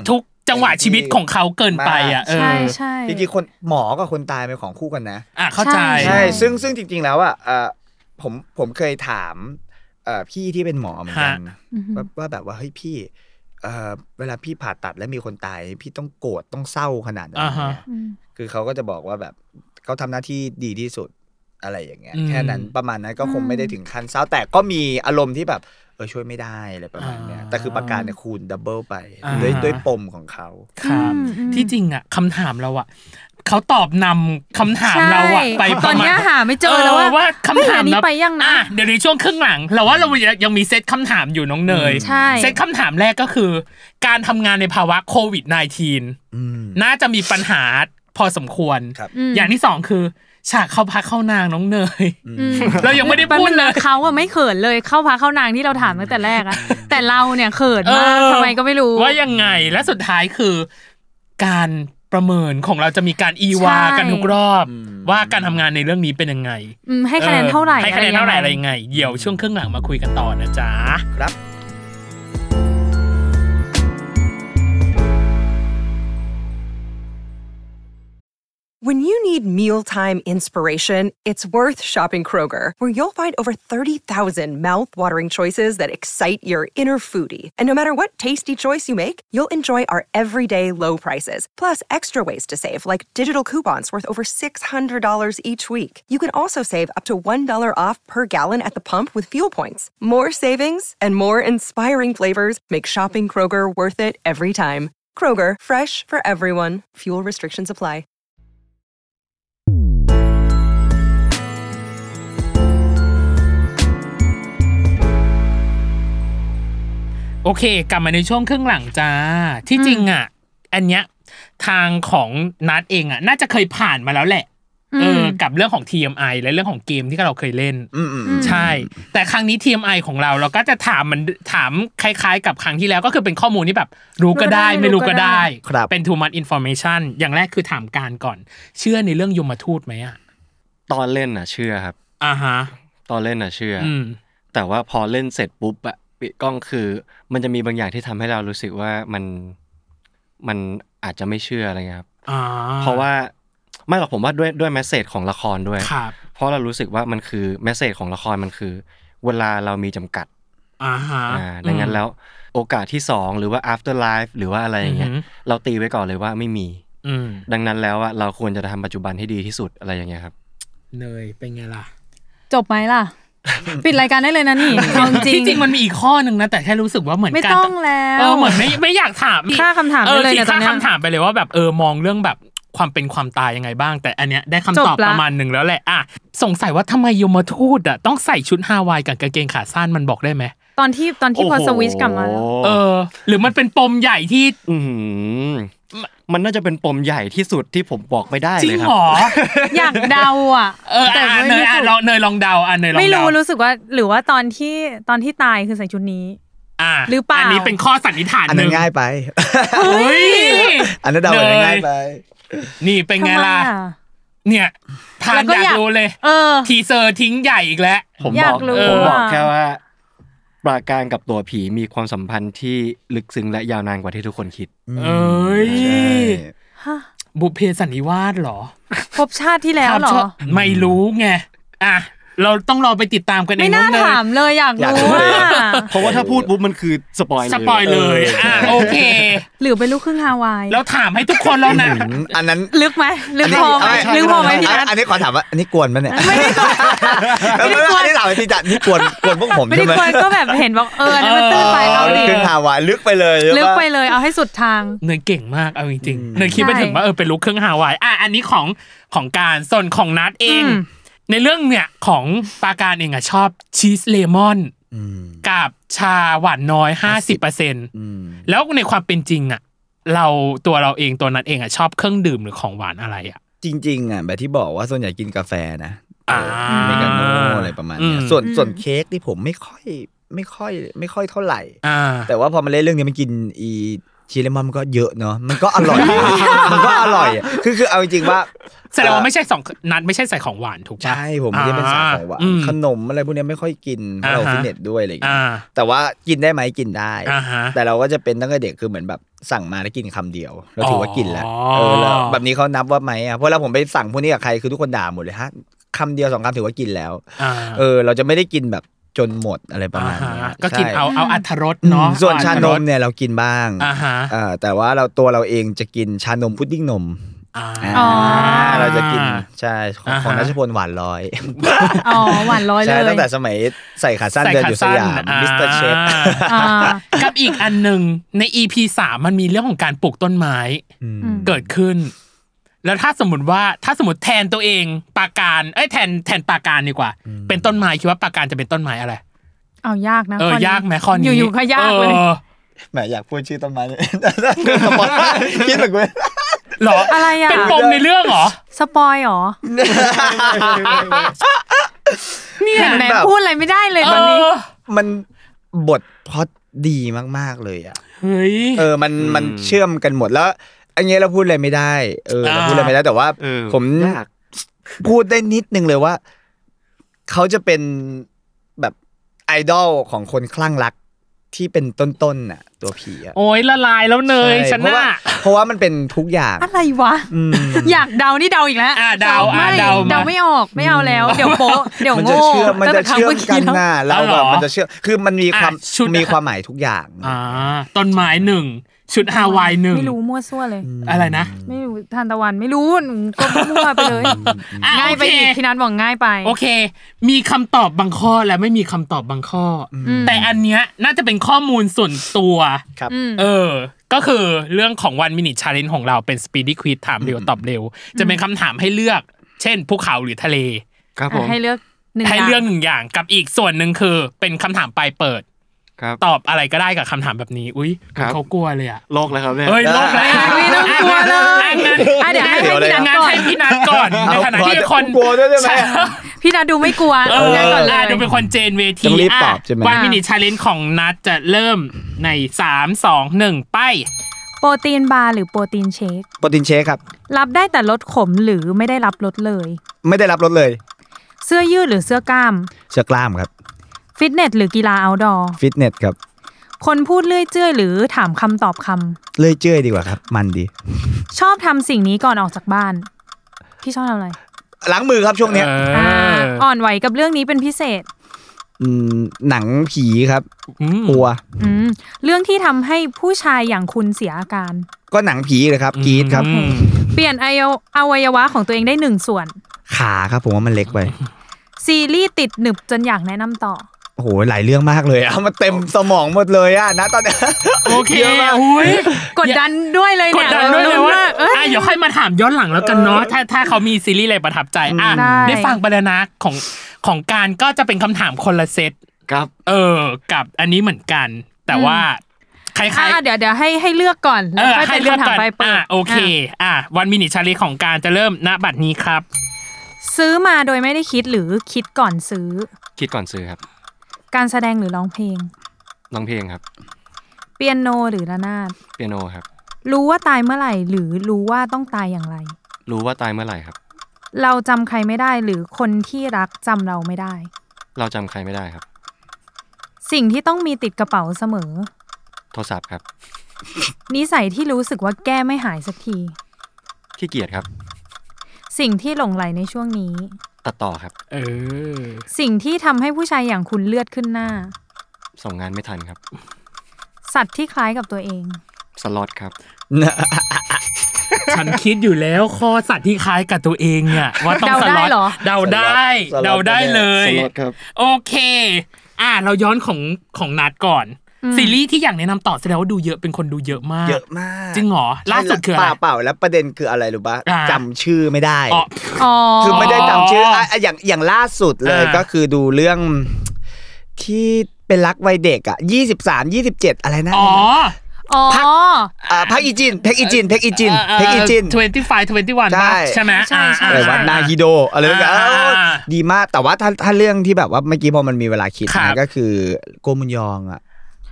จังหวะชีวิตของเขาเกินไปอ่ะใช่จริงๆคนหมอกับคนตายเป็นของคู่กันนะเข้าใจใช่ซึ่งจริงๆแล้วอ่ะผมเคยถามพี่ที่เป็นหมอเหมือนกันว่าแบบว่าเฮ้ยพี่เวลาพี่ผ่าตัดแล้วมีคนตายพี่ต้องโกรธต้องเศร้าขนาดนั้นคือเขาก็จะบอกว่าแบบเขาทำหน้าที่ดีที่สุดอะไรอย่างเงี้ยแค่นั้นประมาณนั้นก็คงไม่ได้ถึงขั้นเศร้าแต่ก็มีอารมณ์ที่แบบช่วยไม่ได้อะไรประมาณเนี้ยแต่คือประการเนี่ยคูณดับเบิลไปด้วยปมของเขาครับที่จริงอ่ะคำถามเราอ่ะเขาตอบนำคำถามเราอ่ะไปตอนนี้หาไม่เจอแล้วว่าคำถามนี้ไปยังนะเดี๋ยวในช่วงครึ่งหลังเราว่าเรายังมีเซตคำถามอยู่น้องเนยเซตคำถามแรกก็คือการทำงานในภาวะโควิด -19 น่าจะมีปัญหาพอสมควรอย่างที่2คือฉากเข้าพักเข้านางน้องเนยเรายังไม่ได้พูดเลยเขาอะไม่เขินเลยเข้าพักเข้านางที่เราถามตั้งแต่แรกอะแต่เราเนี่ยเขินมากทำไมก็ไม่รู้ว่ายังไงและสุดท้ายคือการประเมินของเราจะมีการอีวากันทุกรอบว่าการทำงานในเรื่องนี้เป็นยังไงให้คะแนนเท่าไหร่อะไรยังไงเดี๋ยวช่วงครึ่งหลังมาคุยกันต่อนะจ๊ะครับ When you need mealtime inspiration, it's worth shopping Kroger, where you'll find over 30,000 mouth-watering choices that excite your inner foodie. And no matter what tasty choice you make, you'll enjoy our everyday low prices, plus extra ways to save, like digital coupons worth over $600 each week. You can also save up to $1 off per gallon at the pump with fuel points. More savings and more inspiring flavors make shopping Kroger worth it every time. Kroger, fresh for everyone. Fuel restrictions apply. โอเคกลับมาในช่วงครึ่งหลังจ้าที่จริงอ่ะอันเนี้ยทางของนัทเองอ่ะน่าจะเคยผ่านมาแล้วแหละกับเรื่องของ TMI และเรื่องของเกมที่เราเคยเล่นใช่แต่ครั้งนี้ TMI ของเราก็จะถามคล้ายๆกับครั้งที่แล้วก็คือเป็นข้อมูลที่แบบรู้ก็ได้ไม่รู้ก็ได้เป็น too much information อย่างแรกคือถามการก่อนเชื่อในเรื่องยมทูตไหมอ่ะตอนเล่นน่ะเชื่อครับฮะตอนเล่นน่ะเชื่อแต่ว่าพอเล่นเสร็จปุ๊บอะปิดกล้องคือมันจะมีบางอย่างที่ทำให้เรารู้สึกว่ามันอาจจะไม่เชื่ออะไรเงี้ยครับเพราะว่าไม่หรอกผมว่าด้วยเมสเสจของละครด้วยเพราะเรารู้สึกว่ามันคือเมสเสจของละครมันคือเวลาเรามีจำกัดดังนั้นแล้วโอกาสที่2หรือว่า after life หรือว่าอะไรอย่างเงี้ยเราตีไว้ก่อนเลยว่าไม่มีดังนั้นแล้วอะเราควรจะทำปัจจุบันให้ดีที่สุดอะไรอย่างเงี้ยครับเนยเป็นไงล่ะจบไหมล่ะปิดรายการได้เลยนะนี่จริงมันมีอีกข้อนึงนะแต่แค่รู้สึกว่าเหมือนกันไม่ต้องแล้วเหมือนไม่อยากถามค่าคำถามได้เลยนะตอนนี้ค่าคำถามไปเลยว่าแบบมองเรื่องแบบความเป็นความตายยังไงบ้างแต่อันเนี้ยได้คำตอบประมาณนึงแล้วแหละสงสัยว่าทำไมยมทูตต้องใส่ชุดฮาวายกับกางเกงขาสั้นมันบอกได้ไหมตอนที่พอสวิชกลับมาหรือมันเป็นปมใหญ่ที่มันน่าจะเป็นปมใหญ่ที่สุดที่ผมบอกไม่ได้เลยครับจริงหรออยากเดาแต่เนยลองเดาเนยลองเดาไม่รู้สึกว่าหรือว่าตอนที่ตายคือใส่ชุดนี้หรือเปล่าอันนี้เป็นข้อสันนิษฐานนึงอันนั้นง่ายไปอันนั้นเดาง่ายไปนี่เป็นไงล่ะเนี่ยทานอยากรู้เลยทีเซอร์ทิ้งใหญ่อีกแล้วผมบอกแค่ว่าปราการกับตัวผีมีความสัมพันธ์ที่ลึกซึ้งและยาวนานกว่าที่ทุกคนคิดบุพเพสันนิวาสเหรอพบชาติที่แล้วเหรอไม่รู้ไงเราต้องรอไปติดตามกันเองไม่น่าถามเลยอยากรู้เพราะว่าถ้าพูดปุ๊บมันคือสปอยเลยโอเคหรือเป็นลูกครึ่งฮาวายแล้วถามให้ทุกคนแล้วนะอันนั้นลึกไหมลึกพอไหมพี่นัทอันนี้ขอถามว่าอันนี้กวนมั้ยเนี่ยไม่ได้กวนอันนี้ถามพี่จัดนี่กวนพวกผมใช่มั้ยไม่ได้กวนก็แบบเห็นบอกอันนั้นมันตื้นไปเอาดิครึ่งฮาวายลึกไปเลยเอาให้สุดทางเนยเก่งมากเอาจริงๆเนยคิดไปถึงว่าเป็นลูกครึ่งฮาวายอันนี้ของการส่วนของนัทเองในเรื่องเนี่ยของปาการเองชอบชีสเลมอนกับชาหวานน้อย 50% แล้วในความเป็นจริงตัวเราเองตัวนัทเองชอบเครื่องดื่มหรือของหวานอะไรจริงๆแบบที่บอกว่าส่วนใหญ่กินกาแฟนะอเมริกาโน่อะไรประมาณนี้ส่วนเค้กที่ผมไม่ค่อยเท่าไหร่แต่ว่าพอมาเล่นเรื่องนี้มันกินชีสเลมอนมันก็เยอะเนาะมันก็อร่อย มันก็อร่อยคือเอาจริงๆว่าแสดงว่าไม่ใช่นัดไม่ใช่ใส่ของหวานถูกป่ะใช่ผมไม่ได้เป็นสายของหวานขนมอะไรพวกนี้ไม่ค่อยกินเพราะเราฟิตเนสด้วยอะไรอย่างเงี้ยแต่ว่ากินได้ไหมกินได้แต่เราก็จะเป็นตั้งแต่เด็กคือเหมือนแบบสั่งมาแล้วกินคำเดียวเราถือว่ากินแล้วแล้วแบบนี้เขานับว่าไหมเพราะเราผมไปสั่งพวกนี้กับใครคือทุกคนด่าหมดเลยฮะคำเดียว2คำถือว่ากินแล้วเราจะไม่ได้กินแบบจนหมดอะไรประมาณนี้ก็กินเอาอรรถรสเนาะส่วนชานมเนี่ยเรากินบ้างแต่ว่าตัวเราเองจะกินชานมพุดดิ้งนมเราจะกินใช่ของณัชพลหวานร้อยหวานร้อยเลยใช่ตั้งแต่สมัยใส่ขาสั้นเดินอยู่สยามมิสเตอร์เชฟกับอีกอันนึงใน EP 3มันมีเรื่องของการปลูกต้นไม้เกิดขึ้นแล้วถ้าสมมติแทนตัวเองปาการแทนปาการดีกว่าเป็นต้นไม้คิดว่าปาการจะเป็นต้นไม้อะไรเอายากนะยากไหมข้อนี้อยู่ๆก็ยากเลยแหมอยากพูดชื่อต้นไม้เลยสปอยคิดแบบกูหรออะไรอ่ะเป็นปมในเรื่องเหรอสปอยหรอเนี่ยแหมพูดอะไรไม่ได้เลยตอนนี้มันบทพล็อตดีมากๆเลยอ่ะเฮ้ยมันเชื่อมกันหมดแล้วอันนี้เราพูดอะไรไม่ได้เราพูดอะไรไม่ได้แต่ว่าผมพูดได้นิดนึงเลยว่าเขาจะเป็นแบบไอดอลของคนคลั่งรักที่เป็นต้นๆน่ะตัวผีอ่ะโอ้ยละลายแล้วเนยฉันน่ะเพราะว่ามันเป็นทุกอย่างอะไรวะอยากเดานี่เดาอีกแล้วเดาไม่ออกไม่เอาแล้วเดี๋ยวโป๊ะเดี๋ยวโง่มันจะเชื่อมกันน่ะแล้วแบบมันจะเชื่อคือมันมีความหมายทุกอย่างต้นไม้1ชุดฮาวาย1 ไม่รู้มั่วซั่วเลยอะไรนะไม่รู้ทานตะวันไม่รู้หนูก็มั่วไปเลยง่ายไปอีกพี่นัทบอกง่ายไปโอเคมีคำตอบบางข้อและไม่มีคำตอบบางข้อแต่อันเนี้ยน่าจะเป็นข้อมูลส่วนตัวครับก็คือเรื่องของ 1 minute challenge ของเราเป็น speedy quiz ถามเร็วตอบเร็วจะเป็นคำถามให้เลือกเช่นภูเขาหรือทะเลครับผมให้เลือก 1อย่างกับอีกส่วนหนึ่งคือเป็นคำถามปลายเปิดตอบอะไรก็ได้กับคำถามแบบนี้อุ้ยเขากลัวเลยอ่ะโลกเลยครับเนี่ยโลกเลยไม่ต้องกลัวเลยเดี๋ยวให้พี่นัทก่อนในขณะที่คนกลัวด้วยใช่ไหมพี่นัทดูไม่กลัวก่อนเลยดูเป็นคนเจนเวทีวันมินิชาเลนจ์ของนัทจะเริ่มใน3 2 1ไปโปรตีนบาร์หรือโปรตีนเชคโปรตีนเชคครับรับได้แต่ลดขมหรือไม่ได้รับลดเลยไม่ได้รับลดเลยเสื้อยืดหรือเสื้อกล้ามเสื้อกล้ามครับฟิตเนสหรือกีฬาเอาท์ดอร์ฟิตเนสครับคนพูดเลื่อยเจื้อยหรือถามคำตอบคำเลื่อยเจื้อยดีกว่าครับมันดีชอบทำสิ่งนี้ก่อนออกจากบ้านพี่ชอบทำอะไรล้างมือครับช่วงนี้อ่อนไหวกับเรื่องนี้เป็นพิเศษหนังผีครับกลัวเรื่องที่ทำให้ผู้ชายอย่างคุณเสียอาการก็หนังผีเลยครับกรี๊ดครับเปลี่ยนอวัยวะของตัวเองได้1ส่วนขาครับผมว่ามันเล็กไปซีรีส์ติดหนึบจนอยากแนะนำต่อโอ้โหหลายเรื่องมากเลยอ่ะมันเต็มสมองหมดเลยอ่ะนะตอนนี้โอเคอุ้ยกดดันด้วยเลยเนี่ยกดดันด้วยเลยว่าเดี๋ยวค่อยมาถามย้อนหลังแล้วกันเนาะถ้าเขามีซีรีส์อะไรประทับใจได้ฟังไปแล้วนะของการก็จะเป็นคำถามคนละเซตครับกับอันนี้เหมือนกันแต่ว่าคล้ายๆเดี๋ยวให้เลือกก่อนแล้วให้เลือกก่อนโอเค1 minute challenge ของการจะเริ่มณบัดนี้ครับซื้อมาโดยไม่ได้คิดหรือคิดก่อนซื้อคิดก่อนซื้อครับการแสดงหรือร้องเพลงร้องเพลงครับเปียโนหรือระนาดเปียโนครับรู้ว่าตายเมื่อไหร่หรือรู้ว่าต้องตายอย่างไรรู้ว่าตายเมื่อไหร่ครับเราจำใครไม่ได้หรือคนที่รักจำเราไม่ได้เราจำใครไม่ได้ครับสิ่งที่ต้องมีติดกระเป๋าเสมอโทรศัพท์ครับนิสัยที่รู้สึกว่าแก้ไม่หายสักทีขี้เกียจครับสิ่งที่หลงไหลในช่วงนี้ตัดต่อครับสิ่งที่ทำให้ผู้ชายอย่างคุณเลือดขึ้นหน้าส่งงานไม่ทันครับสัตว์ที่คล้ายกับตัวเองสล็อตครับฉันคิดอยู่แล้วข้อสัตว์ที่คล้ายกับตัวเองเนี่ยว่าต้องสล็อตเดาได้เลยสล็อตครับโอเคเราย้อนของนัดก่อนซีรีส์ที่อยากแนะนำต่อแสดงว่าดูเยอะเป็นคนดูเยอะมากจริงเหรอล่าสุดคืออะไรเปล่าแล้วประเด็นคืออะไรรู้ป่ะจำชื่อไม่ได้คือไม่ได้จำชื่ออย่างล่าสุดเลยก็คือดูเรื่องที่เป็นรักวัยเด็ก23 27อะไรนะพักอีจิน 25 21ใช่ไหมอะไรวะนาฮิโดอะไรแบบดีมากแต่ว่าถ้าเรื่องที่แบบว่าเมื่อกี้พอมันมีเวลาคิดนะก็คือโกมุนยอง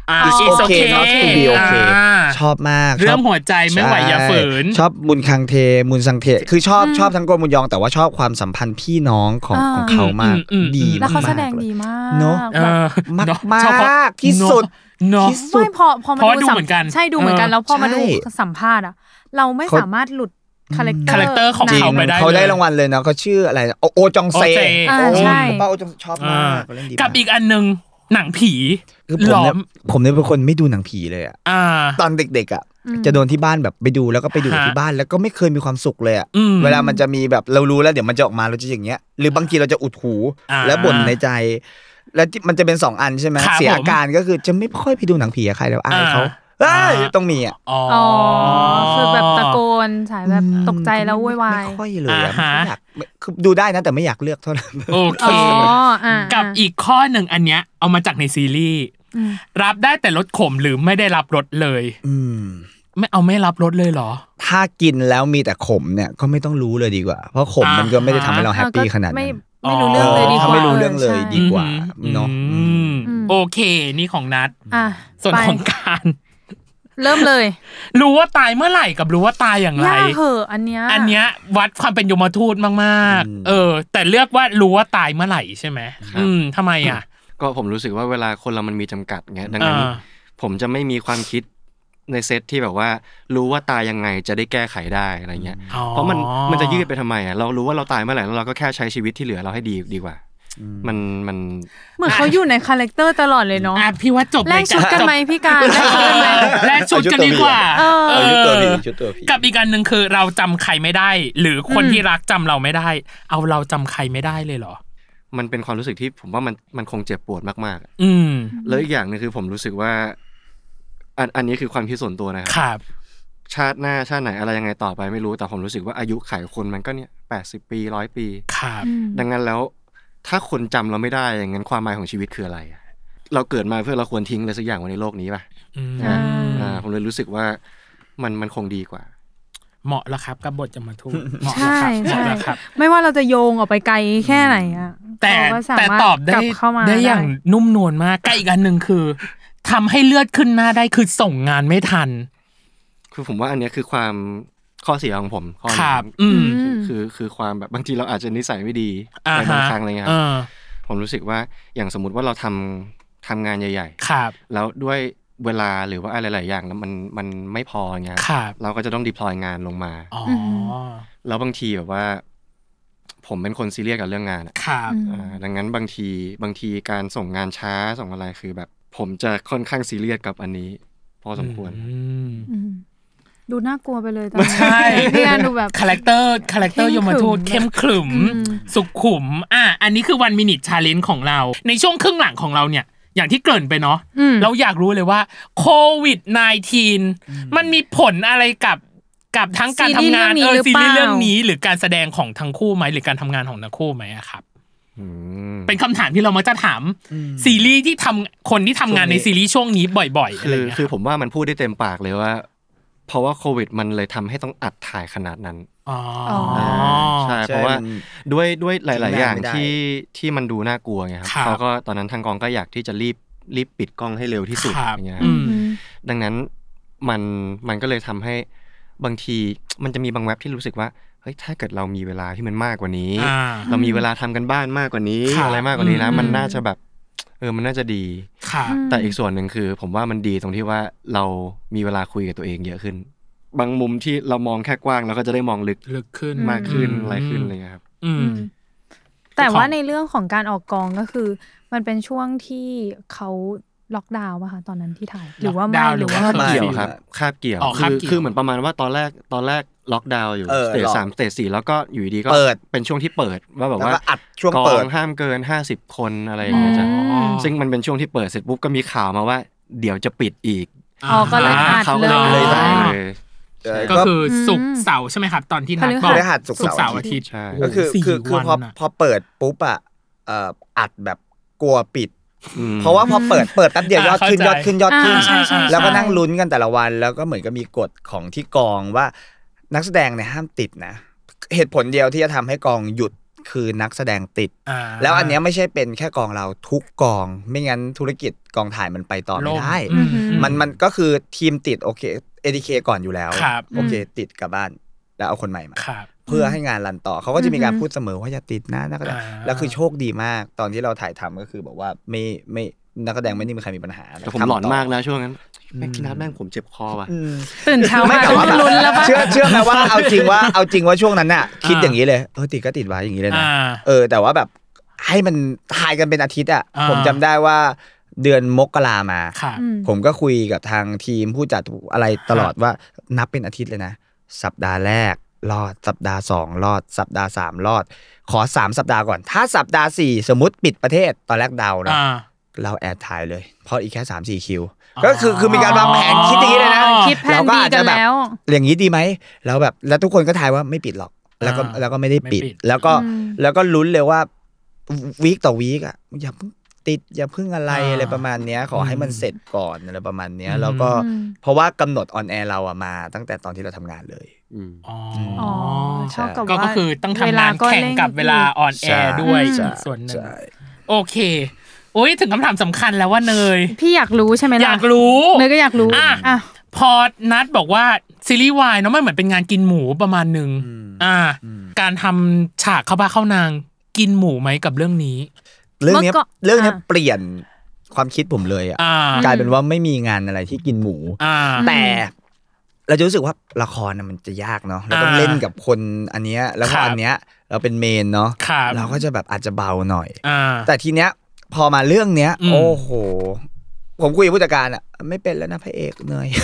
It's okay not to be okay ชอบมากเรื่องหัวใจไม่ไหวอย่าฝืนชอบมุนคังเทมุนซังเทคือชอบทั้งโกมุนยองแต่ว่าชอบความสัมพันธ์พี่น้องของเขามากดีมากแล้วเขาแสดงดีมากเนาะมากที่สุดที่สุดพอมาดูเหมือนกันใช่ดูเหมือนกันแล้วพอมาดูสัมภาษณ์อะเราไม่สามารถหลุดคาแรคเตอร์ของเขาไปได้เขาได้รางวัลเลยเนาะเขาชื่ออะไรโอจองเซใช่ป้าโอจองชอบมากกับอีกอันนึงหนังผีคือผมเนี่ยเป็นคนไม่ดูหนังผีเลยอ่ะตอนเด็กๆอ่ะจะโดนที่บ้านแบบไปดูแล้วก็ไปดูที่บ้านแล้วก็ไม่เคยมีความสุขเลยอ่ะเวลามันจะมีแบบเรารู้แล้วเดี๋ยวมันจะออกมาเราจะอย่างเงี้ยหรือบางทีเราจะอุดหูแล้วบ่นในใจแล้วมันจะเป็น2อันใช่ไหมเสียอาการก็คือจะไม่ค่อยไปดูหนังผีกับใครแล้วอายเขาต้องมีอ่ะคือแบบตะโกนสายแบบตกใจแล้ววุ่นวายไม่ค่อยเลยไม่อยากคือดูได้นะแต่ไม่อยากเลือกเท่านั้นโอเคกับอีกข้อหนึ่งอันเนี้ยเอามาจากในซีรีส์รับได้แต่รสขมหรือไม่ได้รับรสเลยไม่รับรสเลยเหรอถ้ากินแล้วมีแต่ขมเนี่ยก็ไม่ต้องรู้เลยดีกว่าเพราะขมมันก็ไม่ได้ทำให้เราแฮปปี้ขนาดนั้นไม่รู้เรื่องเลยดีกว่าไม่รู้เรื่องเลยดีกว่าเนาะโอเคนี่ของนัทส่วนของการเริ่มเลยรู้ว่าตายเมื่อไหร่กับรู้ว่าตายอย่างไรยากเหอะอันเนี้ยวัดความเป็นยมทูตมากๆแต่เลือกว่ารู้ว่าตายเมื่อไหร่ใช่ไหมทำไมอ่ะก็ผมรู้สึกว่าเวลาคนเรามันมีจำกัดไงดังนั้นผมจะไม่มีความคิดในเซตที่แบบว่ารู้ว่าตายยังไงจะได้แก้ไขได้อะไรเงี้ยเพราะมันจะยืดไปทำไมอ่ะเรารู้ว่าเราตายเมื่อไหร่แล้วเราก็แค่ใช้ชีวิตที่เหลือเราให้ดีกว่ามันเหมือนเขาอยู่ในคาแรคเตอร์ตลอดเลยเนาะพี่ว่าจบแลกชุดกันไหมพี่การแลกชุดกันดีกว่ากับอีกอันนึงคือเราจำใครไม่ได้หรือคนที่รักจำเราไม่ได้เอาเราจำใครไม่ได้เลยเหรอมันเป็นความรู้สึกที่ผมว่ามันคงเจ็บปวดมากๆแล้วอีกอย่างนึงคือผมรู้สึกว่าอันนี้คือความคิดส่วนตัวนะครับชาติหน้าชาติไหนอะไรยังไงต่อไปไม่รู้แต่ผมรู้สึกว่าอายุขัยคนมันก็เนี่ย80 ปี100 ปีดังนั้นแล้วถ้าคนจำเราไม่ได้อย่างนั้นความหมายของชีวิตคืออะไรเราเกิดมาเพื่อเราควรทิ้งอะไรสักอย่างไว้ในโลกนี้ป่ะผมเลยรู้สึกว่ามันคงดีกว่าเหมาะแล้วครับกับบทยมทูตใช่ใช่ไม่ว่าเราจะโยงออกไปไกลแค่ไหนอ่ะแต่ตอบได้อย่างนุ่มนวลมากใกล้อีกอันนึงคือทำให้เลือดขึ้นหน้าได้คือส่งงานไม่ทันคือผมว่าอันนี้คือความข้อเสียของผมข้อนึงคือความแบบบางทีเราอาจจะนิสัยไม่ดีในบางครั้งอะไรเงี้ยผมรู้สึกว่าอย่างสมมุติว่าเราทำงานใหญ่ๆแล้วด้วยเวลาหรือว่าอะไรหลายอย่างแล้วมันไม่พอเงี้ยเราก็จะต้อง deploy งานลงมาแล้วบางทีแบบว่าผมเป็นคนซีเรียสกับเรื่องงานดังนั้นบางทีการส่งงานช้าส่งอะไรคือแบบผมจะค่อนข้างซีเรียสกับอันนี้พอสมควรดูน่ากลัวไปเลยตอนนี้ใช่พี่การดูแบบคาแรคเตอร์ยมทูตเข้มขรึมสุขุมอันนี้คือ1 minute challenge ของเราในช่วงครึ่งหลังของเราเนี่ยอย่างที่เกริ่นไปเนาะเราอยากรู้เลยว่าโควิด -19 มันมีผลอะไรกับทั้งการทำงานซีรีส์เรื่องนี้หรือการแสดงของทั้งคู่ไหมหรือการทำงานของทั้งคู่ไหมครับเป็นคำถามที่เรามักจะถามซีรีส์ที่คนที่ทำงานในซีรีส์ช่วงนี้บ่อยๆคือผมว่ามันพูดได้เต็มปากเลยว่าเพราะว่าโควิดมันเลยทำให้ต้องอัดถ่ายขนาดนั้นใช่เพราะว่าด้วยหลายๆอย่างที่มันดูน่ากลัวไงครับเขาก็ตอนนั้นทางกองก็อยากที่จะรีบปิดกล้องให้เร็วที่สุดอย่างเงี้ยดังนั้นมันก็เลยทำให้บางทีมันจะมีบางเว็บที่รู้สึกว่าเฮ้ยถ้าเกิดเรามีเวลาที่มันมากกว่านี้เรามีเวลาทำกันบ้านมากกว่านี้อะไรมากกว่านี้นะมันน่าจะแบบมันน่าจะดีแต่อีกส่วนหนึ่งคือผมว่ามันดีตรงที่ว่าเรามีเวลาคุยกับตัวเองเยอะขึ้นบางมุมที่เรามองแค่กว้างเราก็จะได้มองลึกขึ้นมากขึ้นอะไรขึ้นอะไรเงี้ยครับแต่ว่าในเรื่องของการออกกองก็คือมันเป็นช่วงที่เขาล็อกดาวน์ป่ะคะตอนนั้นที่ถ่ายหรือว่าไม่หรือว่าเกี่ยวครับคาบเกี่ยวคือเหมือนประมาณว่าตอนแรกล็อกดาวน์อยู่สเตจ3สเตจ4แล้วก็อยู่ดีก็เป็นช่วงที่เปิดว่าแบบว่าอัดช่วงเปิดห้ามเกิน50 คนอะไรอย่างเงี้ยจ้ะซึ่งมันเป็นช่วงที่เปิดเสร็จปุ๊บก็มีข่าวมาว่าเดี๋ยวจะปิดอีกก็เลยอัดเลยก็คือศุกร์เสาร์ใช่ไหมครับตอนที่นัดบอกศุกร์เสาร์อาทิตย์ก็คือพอเปิดปุ๊บอัดแบบกลัวปิดเพราะว่าพอเปิดแป๊บเดียวยอดขึ้นแล้วก็นั่งลุ้นกันแต่ละวันแล้วก็เหมือนกับมีกฎของที่กองว่านักแสดงเนี่ยห้ามติดนะเหตุผลเดียวที่จะทำให้กองหยุดคือนักแสดงติดแล้วอันเนี้ยไม่ใช่เป็นแค่กองเราทุกกองไม่งั้นธุรกิจกองถ่ายมันไปต่อไม่ได้มันก็คือทีมติดโอเค ADK ก่อนอยู่แล้วโอเคติดกลับบ้านแล้วเอาคนใหม่มาเพื่อให้งานรันต่อเขาก็จะมีการพูดเสมอว่าอย่าติดนะนักแสดงแล้วคือโชคดีมากตอนที่เราถ่ายทำก็คือบอกว่าไม่นักแสดงไม่ได้มีใครมีปัญหาแต่ผมหลอนมากนะช่วงนั้นแม่กินน้ำแม่งผมเจ็บคอว่ะตื่นเช้ามาลุ้นแล้วป่ะเชื่อไหมว่าเอาจริงว่าช่วงนั้นน่ะคิดอย่างนี้เลยติดก็ติดไว้อย่างนี้เลยนะแต่ว่าแบบให้มันถ่ายกันเป็นอาทิตย์อ่ะผมจำได้ว่าเดือนมกรามาผมก็คุยกับทางทีมผู้จัดอะไรตลอดว่านับเป็นอาทิตย์เลยนะสัปดาห์แรกรอดสัปดาห์2รอดสัปดาห์3รอดขอ3สัปดาห์ก่อนถ้าสัปดาห์4สมมุติปิดประเทศตอนแรกเดานะเราแอดถ่ายเลยเพราะอีกแค่ 3-4 คิวก็คือมีการวางแผนคิดอย่างนี้เลยนะคิดแผนดีกันแล้วอย่างนี้ดีไหมแล้วแบบแล้วทุกคนก็ทายว่าไม่ปิดหรอกแล้วก็ไม่ได้ปิดแล้วก็ลุ้นเลยว่าวีคต่อวีคอ่ะอย่าเพิ่งติดอย่าเพิ่งอะไรประมาณเนี้ยขอให้มันเสร็จก่อนอะไรประมาณเนี้ยแล้วก็เพราะว่ากำหนดออนแอร์เราอะมาตั้งแต่ตอนที่เราทำงานเลยเท่ากับว่าก็คือต้องทำงานแข่งกับเวลาออนแอร์ด้วยส่วนนึงโอเคโอ้ยถึงคำถามสำคัญแล้วว่าเนยพี่อยากรู้ใช่ไหมล่ะอยากรู้เนยก็อยากรู้พอนัดบอกว่าซีรีส์วายเนาะมันเหมือนเป็นงานกินหมูประมาณนึงการทำฉากเข้าบ้านเข้านางกินหมูไหมกับเรื่องนี้เรื่องนี้เปลี่ยนความคิดผมเลยอ่ะกลายเป็นว่าไม่มีงานอะไรที่กินหมูแต่เราจะรู้สึกว่าละครมันจะยากเนาะเราต้องเล่นกับคนอันเนี้ยแล้วก็อันเนี้ยเราเป็นเมนเนาะเราก็จะแบบอาจจะเบาหน่อยแต่ทีเนี้ยพอมาเรื่องเนี้ยโอ้โหผมคุยกับผู้จัดการอ่ะไม่เป็นแล้วนะพระเอกเหนื่อย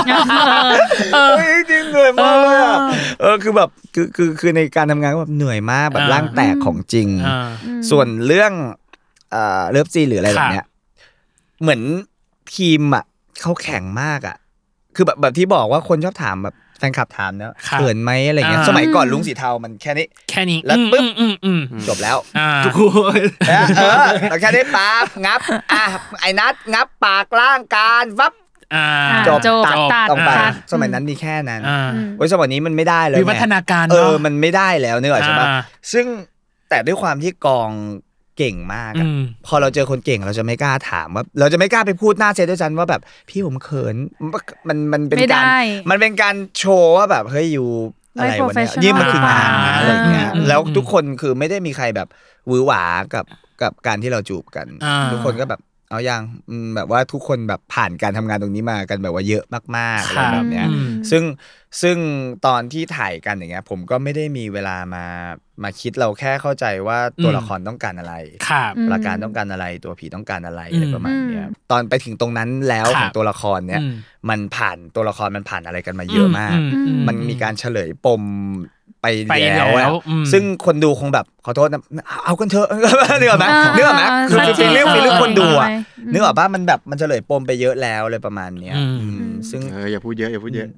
จริงเหนื่อยมากเลยอ่ะคือแบบคือในการทำงานก็แบบเหนื่อยมากแบบร่างแตกของจริงส่วนเรื่องเลิฟซีหรืออะไรแบบเนี้ยเหมือนทีมอ่ะเขาแข็งมากอ่ะคือแบบที่บอกว่าคนชอบถามแบบแฟนคลับถามนะเขินไหมอะไรเงี้ยสมัยก่อนลุงสีเทามันแค่นี้แล้วปึ๊บจบแล้วทุกคนแล้วแค่นี้ปั๊บงับไอ้นัดงับปากล่างการวับจบตัดออกไปสมัยนั้นมีแค่นั้นสมัยนี้มันไม่ได้เลยวิวัฒนาการมันไม่ได้แล้วนึกออกใช่ปะซึ่งแต่ด้วยความที่กองเก่งมากพอเราเจอคนเก่งเราจะไม่กล้าถามว่าเราจะไม่กล้าไปพูดหน้าเซตด้วยกันว่าแบบพี่ผมเขินมันเป็นการโชว์ว่าแบบเฮ้ยอยู่อะไรวะเนี่ยนี่มันคืองานนะอะไรเงี้ยแล้วทุกคนคือไม่ได้มีใครแบบหวือหวากับการที่เราจูบกันทุกคนก็แบบเอายังแบบว่าทุกคนแบบผ่านการทำงานตรงนี้มากันแบบว่าเยอะมากๆอะไรแบบเนี้ยซึ่งตอนที่ถ่ายกันอย่างเงี้ยผมก็ไม่ได้มีเวลามาคิดเราแค่เข้าใจว่าตัวละครต้องการอะไรประการต้องการอะไรตัวผีต้องการอะไรประมาณเนี้ยตอนไปถึงตรงนั้นแล้วของตัวละครเนี้ยมันผ่านตัวละครมันผ่านอะไรกันมาเยอะมากมันมีการเฉลยปมไปแล้วซึ่งคนดูคงแบบขอโทษนะเอากันเถอะนึกออกไหมคือฟีลลิ่งคนดูอ่ะนึกออกป่ะมันแบบมันเฉลยปมไปเยอะแล้วเลยประมาณเนี้ยซึ่งอย่าพูดเยอะ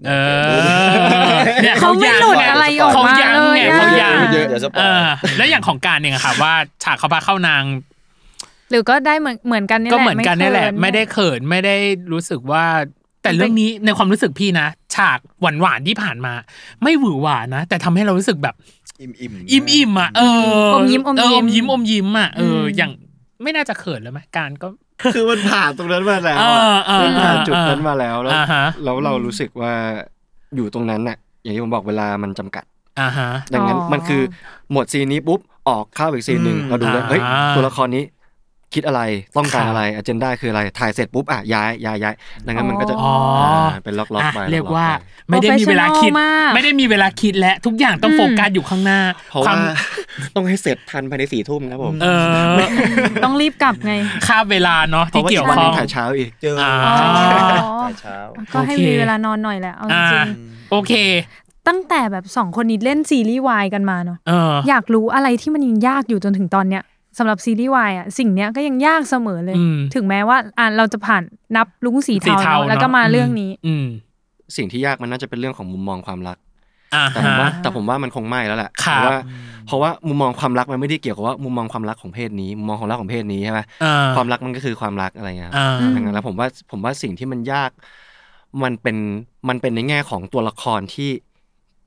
เขาไม่หลุดอะไรออกมาเลยเขายังแล้วอย่างของการเนี่ยค่ะว่าฉากเขาพาเข้านางหรือก็ได้เหมือนกันนี่แหละก็เหมือนกันนี่แหละไม่ได้เขินไม่ได้รู้สึกว่าแต่เรื่องนี้ในความรู้สึกพี่นะฉากหวานๆที่ผ่านมาไม่หวือหวานะแต่ทำให้เรารู้สึกแบบอิ่มอ่ะอมยิ้มอ่ะอย่างไม่น่าจะเขินแล้วไหมการก็คือมันผ่านตรงนั้นมาแล้วมันผ่านจุดนั้นมาแล้วแล้วเรารู้สึกว่าอยู่ตรงนั้นน่ะอย่างที่ผมบอกเวลามันจำกัดดังนั้นมันคือหมดซีนนี้ปุ๊บออกเข้าอีกซีนนึงเราดูแล้วเฮ้ยตัวละครนี้คิดอะไรต้องการอะไรอเจนดาคืออะไรถ่ายเสร็จปุ๊บย้ายดังนั้นมันก็จะเป็นล็อกๆไปเรียกว่าไม่ได้มีเวลาคิดและทุกอย่างต้องโฟกัสอยู่ข้างหน้าเพราะว่าต้องให้เสร็จทันภายใน 4 ทุ่มครับผมต้องรีบกลับไงค่าเวลาเนาะที่เกี่ยวข้องถ่ายเช้าอีกถ่ายเช้าก็ให้มีเวลานอนหน่อยแหละเอาจริงโอเคตั้งแต่แบบ2คนนี้เล่นซีรีส์วายกันมาเนาะอยากรู้อะไรที่มันยังยากอยู่จนถึงตอนเนี้ยสำหรับซีรีส์วายอ่ะสิ่งเนี้ยก็ยังยากเสมอเลยถึงแม้ว่าเราจะผ่านนับลุงสีเทาแล้วก็มาเรื่องนี้สิ่งที่ยากมันน่าจะเป็นเรื่องของมุมมองความรักแต่ผมว่ามันคงไม่แล้วแหละเพราะว่ามุมมองความรักมันไม่ได้เกี่ยวกับว่ามุมมองความรักของเพศนี้มุมมองความรักของเพศนี้ใช่ไหมความรักมันก็คือความรักอะไรเงี้ยดังนั้นแล้วผมว่าสิ่งที่มันยากมันเป็นในแง่ของตัวละครที่แบบ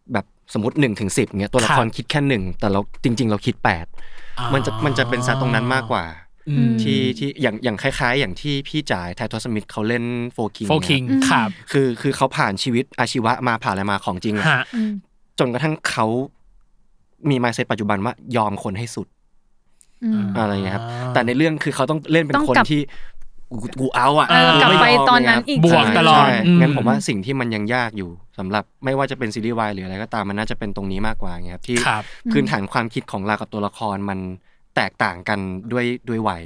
สมมติ1 ถึง 10เงี้ยตัวละครคิดแค่1แต่เราจริงๆเราคิด8มันจะเป็นซะตรงนั้นมากกว่าที่อย่างคล้ายๆอย่างที่พี่จ่ายไททอสสมิธเขาเล่นโฟคิงครับคือเขาผ่านชีวิตอาชีวะมาผ่านอะไรมาของจริงจนกระทั่งเขามี mindset ปัจจุบันว่ายอมคนให้สุดอะไรเงี้ยครับแต่ในเรื่องคือเขาต้องเล่นเป็นคนที่กูเอาอ่ะกลับไปตอนนั้นอีกบวกตลอดงั้นผมว่าสิ่งที่มันยังยากอยู่สำหรับไม่ว่าจะเป็นซีรีส์วายหรืออะไรก็ตามมันน่าจะเป็นตรงนี้มากกว่าเงี้ยครับที่พื้นฐานความคิดของเรากับตัวละครมันแตกต่างกันด้วยวัย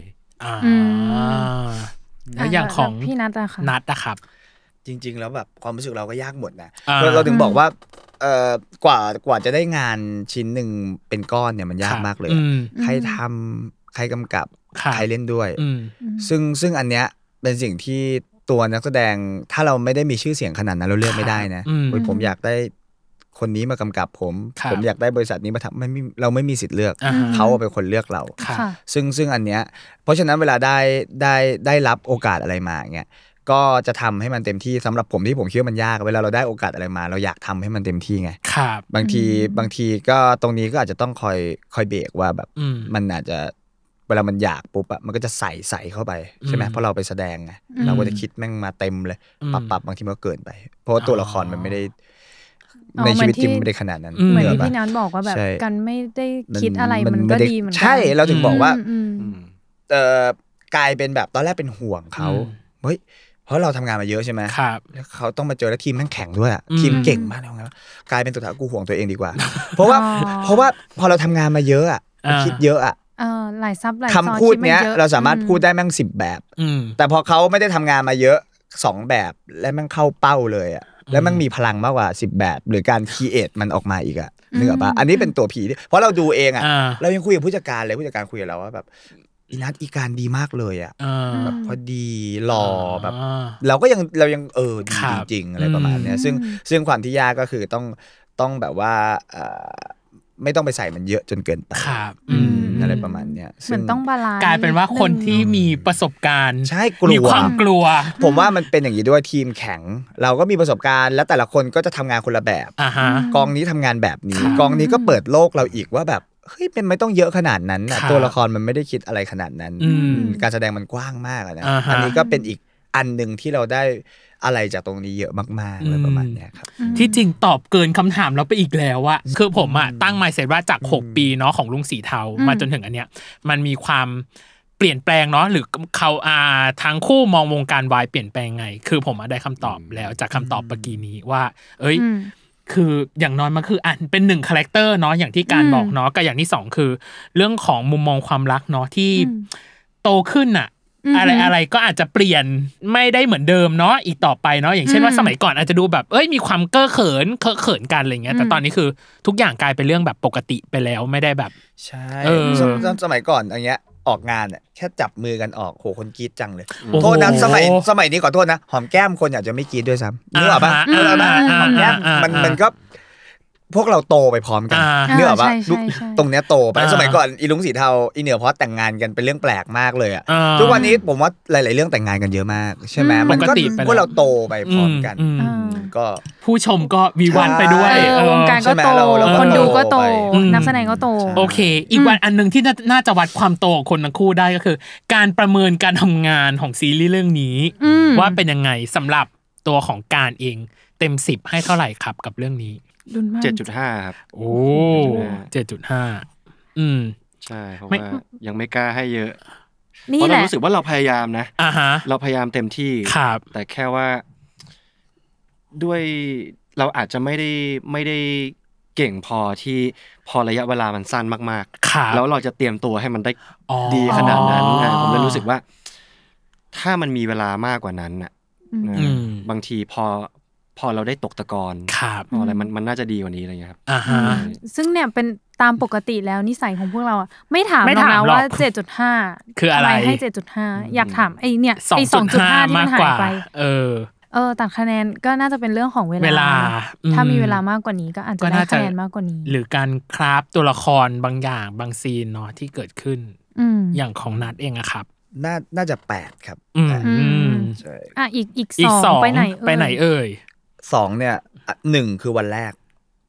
แล้วอย่างของพี่นัทอะค่ะนัทอะครับจริงๆแล้วแบบความรู้สึกเราก็ยากหมดนะเราถึงบอกว่ากว่าจะได้งานชิ้นหนึ่งเป็นก้อนเนี่ยมันยากมากเลยใครทำใครกำกับใครเล่นด้วยซึ่งอันเนี้ยเป็นสิ่งที่ตัวนักแสดงถ้าเราไม่ได้มีชื่อเสียงขนาดนั้นเราเลือกไม่ได้นะผมอยากได้คนนี้มากำกับผมอยากได้บริษัทนี้มาทำเราไม่มีสิทธิ์เลือกเขาเป็นคนเลือกเราซึ่งอันเนี้ยเพราะฉะนั้นเวลาได้รับโอกาสอะไรมาเงี้ยก็จะทำให้มันเต็มที่สำหรับผมที่ผมคิดว่ามันยากเวลาเราได้โอกาสอะไรมาเราอยากทำให้มันเต็มที่ไงบางทีก็ตรงนี้ก็อาจจะต้องคอยเบรกว่าแบบมันอาจจะเวลามันอยากปุ๊บอะมันก็จะใส่เข้าไปใช่ไหมเพราะเราไปแสดงไงเราก็จะคิดแม่งมาเต็มเลยปรับบางทีมันก็เกินไปเพราะว่าตัวละครมันไม่ได้ในชีวิตจริงไม่ได้ขนาดนั้นเหมือนที่พี่นัทบอกว่าแบบกันไม่ได้คิดอะไรมันก็ดีเหมือนกันใช่เราถึงบอกว่ากลายเป็นแบบตอนแรกเป็นห่วงเขาเฮ้ยเพราะเราทำงานมาเยอะใช่ไหมแล้วเขาต้องมาเจอแล้วทีมแม่งแข่งด้วยทีมเก่งมากเลยกลายเป็นตัวถากูห่วงตัวเองดีกว่าเพราะว่าพอเราทำงานมาเยอะอ่ะคิดเยอะอ่ะหลายซับหลายคำพูดเนี้ยเราสามารถพูดได้แม่ง10แบบแต่พอเขาไม่ได้ทำงานมาเยอะ2แบบและแม่งเข้าเป้าเลยอ่ะแล้วมันมีพลังมากกว่า10แบบหรือการครีเอทมันออกมาอีกอ่ะนึกออกป่ะอันนี้เป็นตัวผีเพราะเราดูเองอ่ะเรายังคุยกับผู้จัดการเลยผู้จัดการคุยกับเราว่าแบบอีนัทอีการดีมากเลยอ่ะแบบพอดีหล่อแบบเรายังดีจริงอะไรประมาณเนี้ยซึ่งความที่ยากก็คือต้องแบบว่าไม่ต้องไปใส่มันเยอะจนเกินไปอะไรประมาณเนี้ยเหมือนต้องบาลานซ์กลายเป็นว่าคนที่มีประสบการณ์ใช่มีความกลัวผมว่ามันเป็นอย่างนี้ด้วยทีมแข็งเราก็มีประสบการณ์แล้วแต่ละคนก็จะทำงานคนละแบบกองนี้ทำงานแบบนี้กองนี้ก็เปิดโลกเราอีกว่าแบบเฮ้ยเป็นไม่ต้องเยอะขนาดนั้นนะตัวละครมันไม่ได้คิดอะไรขนาดนั้นการแสดงมันกว้างมากนะอันนี้ก็เป็นอีกอันนึงที่เราได้อะไรจากตรงนี้เยอะมากๆอะไรประมาณนี้ครับที่จริงตอบเกินคำถามเราไปอีกแล้วอะคือผมอะตั้ง mindset ว่าจาก6ปีเนาะของลุงสีเทามาจนถึงอันเนี้ยมันมีความเปลี่ยนแปลงเนาะหรือเขาทั้งคู่มองวงการวายเปลี่ยนแปลงไงคือผมได้คำตอบแล้วจากคำตอบเมื่อกี้นี้ว่าเอ้ยคืออย่างน้อยมันคือเป็น1คาแรคเตอร์เนาะอย่างที่การบอกเนาะกับอย่างที่2คือเรื่องของมุมมองความรักเนาะที่โตขึ้นอะอะไรก็อาจจะเปลี่ยนไม่ได้เหมือนเดิมเนาะอีกต่อไปเนาะอย่างเช่นว่าสมัยก่อนอาจจะดูแบบมีความเก้อเขินกันอะไรเงี้ยแต่ตอนนี้คือทุกอย่างกลายเป็นเรื่องแบบปกติไปแล้วไม่ได้แบบใช่สมัยก่อนอย่างเงี้ยออกงานแค่จับมือกันออกโหคนกรี๊ดจังเลยโทษนะสมัยนี้ขอโทษนะหอมแก้มคนอาจจะไม่กรี๊ดด้วยซ้ำนึกออกป่ะหอมแก้มมันก็พวกเราโตไปพร้อมกันเนื้อป่ะตรงเนี้ยโตไปสมัยก่อนอีลุงสีเทาอีเหนือเพราะแต่งงานกันเป็นเรื่องแปลกมากเลยอ่ะทุกวันนี้ผมว่าหลายๆเรื่องแต่งงานกันเยอะมากใช่ไหมมันก็พวกเราโตไปพร้อมกันก็ผู้ชมก็วีวันไปด้วยวงการก็โตคนดูก็โตนักแสดงก็โตโอเคอีกวันอันนึงที่น่าจะวัดความโตของคนทั้งคู่ได้ก็คือการประเมินการทำงานของซีรีส์เรื่องนี้ว่าเป็นยังไงสำหรับตัวของการเองเต็ม10ให้เท่าไหร่ครับกับเรื่องนี้ 7.5 ครับโอ้ 7.5 ใช่เพราะว่ายังไม่กล้าให้เยอะเพราะเรารู้สึกว่าเราพยายามนะเราพยายามเต็มที่แต่แค่ว่าด้วยเราอาจจะไม่ได้เก่งพอที่พอระยะเวลามันสั้นมากๆแล้วเราจะเตรียมตัวให้มันได้ดีขนาดนั้นผมเลยรู้สึกว่าถ้ามันมีเวลามากกว่านั้นน่ะบางทีพอเราได้ตกตะกอนอะไรมันน่าจะดีกว่านี้อะไรเงี้ยครับซึ่งเนี่ยเป็นตามปกติแล้วนิสัยของพวกเราไม่ถามหรอกนะว่า 7.5 คืออะไรให้ 7.5 อยากถามไอ้เนี่ยไอ้ 2.5 ที่มันหายไปตัดคะแนนก็น่าจะเป็นเรื่องของเวลาถ้ามีเวลามากกว่านี้ก็อาจจะได้คะแนนมากกว่านี้หรือการคราฟตัวละครบางอย่างบางซีนเนาะที่เกิดขึ้นอย่างของนัทเองอะครับน่าจะ8ครับใช่อีก2ไปไหนเอ่ย 2เนี่ย1คือวันแรก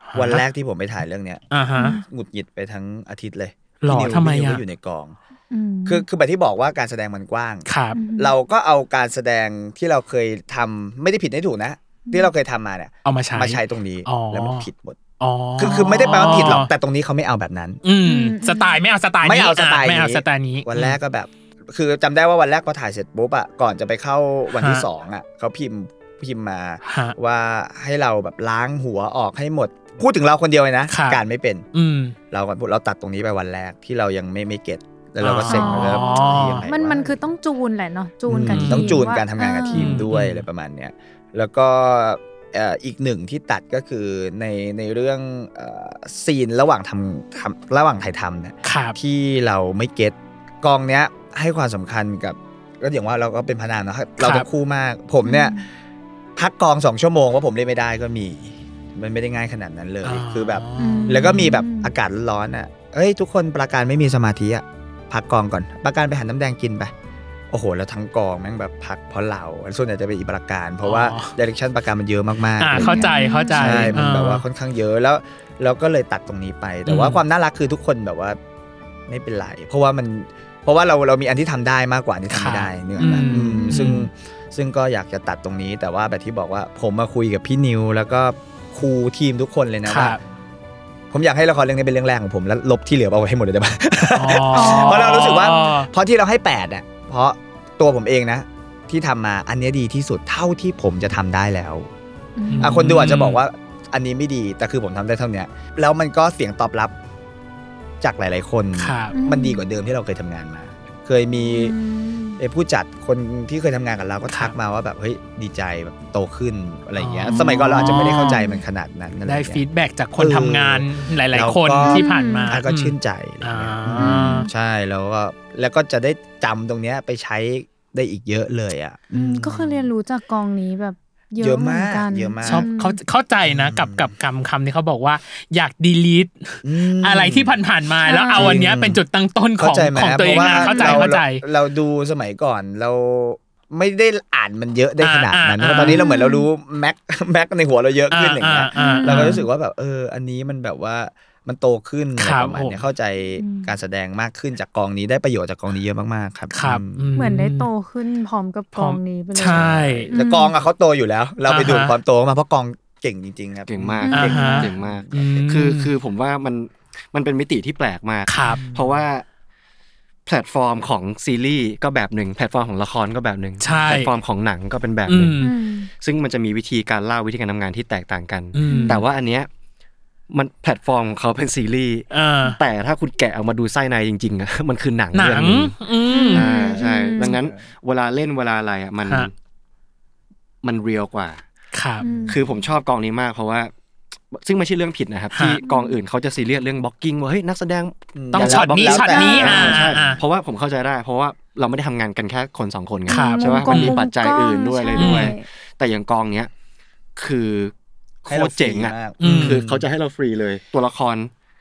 วันแรกที่ผมไปถ่ายเรื่องเนี้ยหงุดหงิดไปทั้งอาทิตย์เลยพี่นิวทำไมก็อยู่ในกองคือแบบที่บอกว่าการแสดงมันกว้างเราก็เอาการแสดงที่เราเคยทำไม่ได้ผิดไม่ถูกนะที่เราเคยทำมาเนี่ยเอามาใช้ตรงนี้แล้วมันผิดหมดคือไม่ได้แปลว่าผิดหรอกแต่ตรงนี้เขาไม่เอาแบบนั้นสไตล์ไม่เอาสไตล์นี้ไม่เอาสไตล์นี้วันแรกก็แบบคือจำได้ว่าวันแรกพอถ่ายเสร็จปุ๊บอ่ะก่อนจะไปเข้าวันที่2อ่ะเขาพิมพ์มาว่าให้เราแบบล้างหัวออกให้หมดพูดถึงเราคนเดียวเลยนะการไม่เป็นเราตัดตรงนี้ไปวันแรกที่เรายังไม่เก็ตแล้วเราก็เซ็งแล้วมันคือต้องจูนแหละเนาะจูนกับทีมต้องจูนการทำงานกับทีมด้วยอะไรประมาณเนี้ยแล้วก็อีกหนึ่งที่ตัดก็คือในเรื่องซีนระหว่างถ่ายทำเนี่ยที่เราไม่เก็ตกองเนี้ยให้ความสำคัญกับก็อย่างว่าเราก็เป็นพนักงานเนาะเราต้องคู่มากผมเนี่ยพักกอง2 ชั่วโมงว่าผมเล่นไม่ได้ก็มีมันไม่ได้ง่ายขนาดนั้นเลยคือแบบแล้วก็มีแบบอากาศร้อนอ่ะเอ้ยทุกคนประการไม่มีสมาธิอ่ะพักกองก่อนประการไปหาน้ำแดงกินไปโอ้โหแล้วทั้งกองแม่งแบบพักเพราะเราส่วนใหญ่จะเป็นอีประการเพราะว่าไดเรคชั่นประการมันเยอะมากๆเข้าใจใช่มันแบบว่าค่อนข้างเยอะแล้วก็เลยตัดตรงนี้ไปแต่ว่าความน่ารักคือทุกคนแบบว่าไม่เป็นไรเพราะว่าเรามีอันที่ทำได้มากกว่าอันที่ทำไม่ได้เนี่ยนะซึ่งก็อยากจะตัดตรงนี้แต่ว่าแบบที่บอกว่าผมมาคุยกับพี่นิวแล้วก็ครูทีมทุกคนเลยนะว่าผมอยากให้ละครเรื่องนี้เป็นเรื่องแรกของผมแล้วลบที่เหลือเอาไว้ให้หมดเลยได้ป่ะเพราะเรารู้สึกว่าเพราะที่เราให้8อ่ะเพราะตัวผมเองนะที่ทำมาอันนี้ดีที่สุดเท่าที่ผมจะทำได้แล้วคนดูอาจจะบอกว่าอันนี้ไม่ดีแต่คือผมทำได้เท่านี้แล้วมันก็เสียงตอบรับจากหลายๆคนมันดีกว่าเดิมที่เราเคยทำงานมาเคยมีผู้จัดคนที่เคยทำงานกับเราก็ทักมาว่าแบบเฮ้ยดีใจแบบโตขึ้นอะไรอย่างเงี้ยสมัยก่อนเราอาจจะไม่ได้เข้าใจมันขนาดนั้นได้ฟีดแบ็กจากคนทำงานหลายๆคนที่ผ่านมาก็ชื่นใจใช่แล้วก็จะได้จำตรงเนี้ยไปใช้ได้อีกเยอะเลยอ่ะก็คือเรียนรู้จากกองนี้แบบเยอะมากชอบเข้าใจนะกับคำที่เขาบอกว่าอยาก delete อะไรที่ผ่านๆมาแล้วเอาอันเนี้ยเป็นจุดตั้งต้นของตัวเองเข้าใจเราดูสมัยก่อนเราไม่ได้อ่านมันเยอะได้ขนาดนั้นตอนนี้เราเหมือนเรารู้แม็กในหัวเราเยอะขึ้นอย่างเงี้ยเราก็รู้สึกว่าแบบอันนี้มันแบบว่ามันโตขึ้นอะไรประมาณนี้เข้าใจการแสดงมากขึ้นจากกองนี้ได้ประโยชน์จากกองนี้เยอะมากๆครับเหมือนได้โตขึ้นพร้อมกับกองนี้ไปเลยใช่แต่กองเขาโตอยู่แล้วเราไปดูความโตมาเพราะกองเก่งจริงๆครับเก่งมากเก่งมากคือผมว่ามันเป็นมิติที่แปลกมากเพราะว่าแพลตฟอร์มของซีรีส์ก็แบบหนึ่งแพลตฟอร์มของละครก็แบบหนึ่งแพลตฟอร์มของหนังก็เป็นแบบหนึ่งซึ่งมันจะมีวิธีการเล่าวิธีการทำงานที่แตกต่างกันแต่ว่าอันเนี้ยมันแพลตฟอร์มของเขาเป็นซีรีส์แต่ถ้าคุณแกะออกมาดูไส้ในจริงๆอ่ะมันคือหนังเรื่องนึงใช่ดังนั้นเวลาเล่นเวลาอะไรอ่ะมันเรียลกว่าคือผมชอบกองนี้มากเพราะว่าซึ่งไม่ใช่เรื่องผิดนะครับที่กองอื่นเขาจะซีเรียสเรื่องบล็อกกิ้งว่าเฮ้ยนักแสดงต้องช็อตนี้เพราะว่าผมเข้าใจได้เพราะว่าเราไม่ได้ทำงานกันแค่คน2คนไงใช่ป่ะมันมีปัจจัยอื่นด้วยอะไรด้วยแต่อย่างกองเนี้ยคือโคตรเจ๋งอ่ะคือเขาจะให้เราฟรีเลยตัวละคร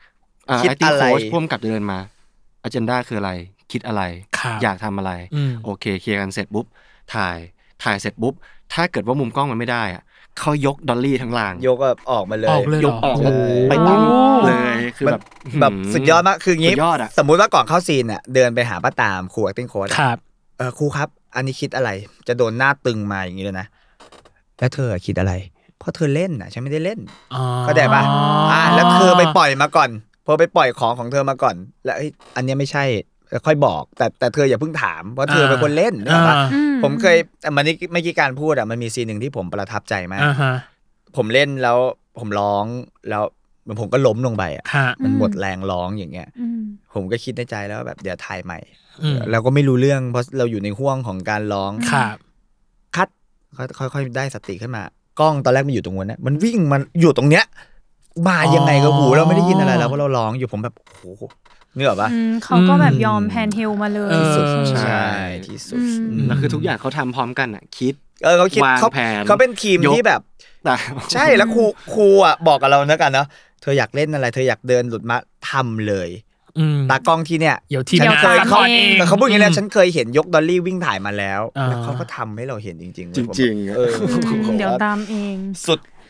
acting coach พ่วงกับเดินมา agenda คืออะไรคิดอะไรอยากทำอะไรโอเคเคลียร์กันเสร็จปุ๊บถ่ายเสร็จปุ๊บถ้าเกิดว่ามุมกล้องมันไม่ได้อ่ะเขายกดอลลี่ทั้งลางยกออกมาเลยยกออกไปตั้งเลยคือแบบสุดยอดมากคืองี้สมมุติว่าก่อนเข้าซีนอ่ะเดินไปหาป้าตามครู acting coach ครับครูครับอันนี้คิดอะไรจะโดนหน้าตึงมาอย่างนี้เลยนะแล้วเธอคิดอะไรเพราะเธอเล่นน่ะฉันไม่ได้เล่นเข้าใจป่ะแล้วเธอไปปล่อยมาก่อนพอไปปล่อยของเธอมาก่อนแล้วอันนี้ไม่ใช่ค่อยบอกแต่เธออย่าเพิ่งถามเพราะเธอเป็นคนเล่นนะครับผมเคยมันนี่ไม่กี่การพูดมันมีซีนนึงที่ผมประทับใจมากผมเล่นแล้วผมร้องแล้วผมก็ล้มลงไปมันหมดแรงร้องอย่างเงี้ยผมก็คิดในใจแล้วแบบเดี๋ยวถ่ายใหม่เราก็ไม่รู้เรื่องเพราะเราอยู่ในห่วงของการร้องคัดค่อยๆได้สติขึ้นมากล้องตอนแรกมันอยู่ตรงนั้นนะมันวิ่งมันอยู่ตรงเนี้ยมายังไงก็หูเราไม่ได้ยินอะไรแล้วเพราะเราร้องอยู่ผมแบบโอ้โหเนื้อปะเขาก็แบบยอมแพนเฮลมาเลยใช่ที่สุดแล้วคือทุกอย่างเขาทำพร้อมกันอ่ะคิดเขาคิดเขาเป็นทีมที่แบบใช่แล้วครูอ่ะบอกกับเราเนอะกันเนาะเธออยากเล่นอะไรเธออยากเดินหลุดมาทำเลยตากล้องที่เนี่ยฉันเคยเขาพูดอย่างนี้แล้วฉันเคยเห็นยกดอลลี่วิ่งถ่ายมาแล้วเขาก็ทำให้เราเห็นจริงๆจริงเดี๋ยวตามเองสุด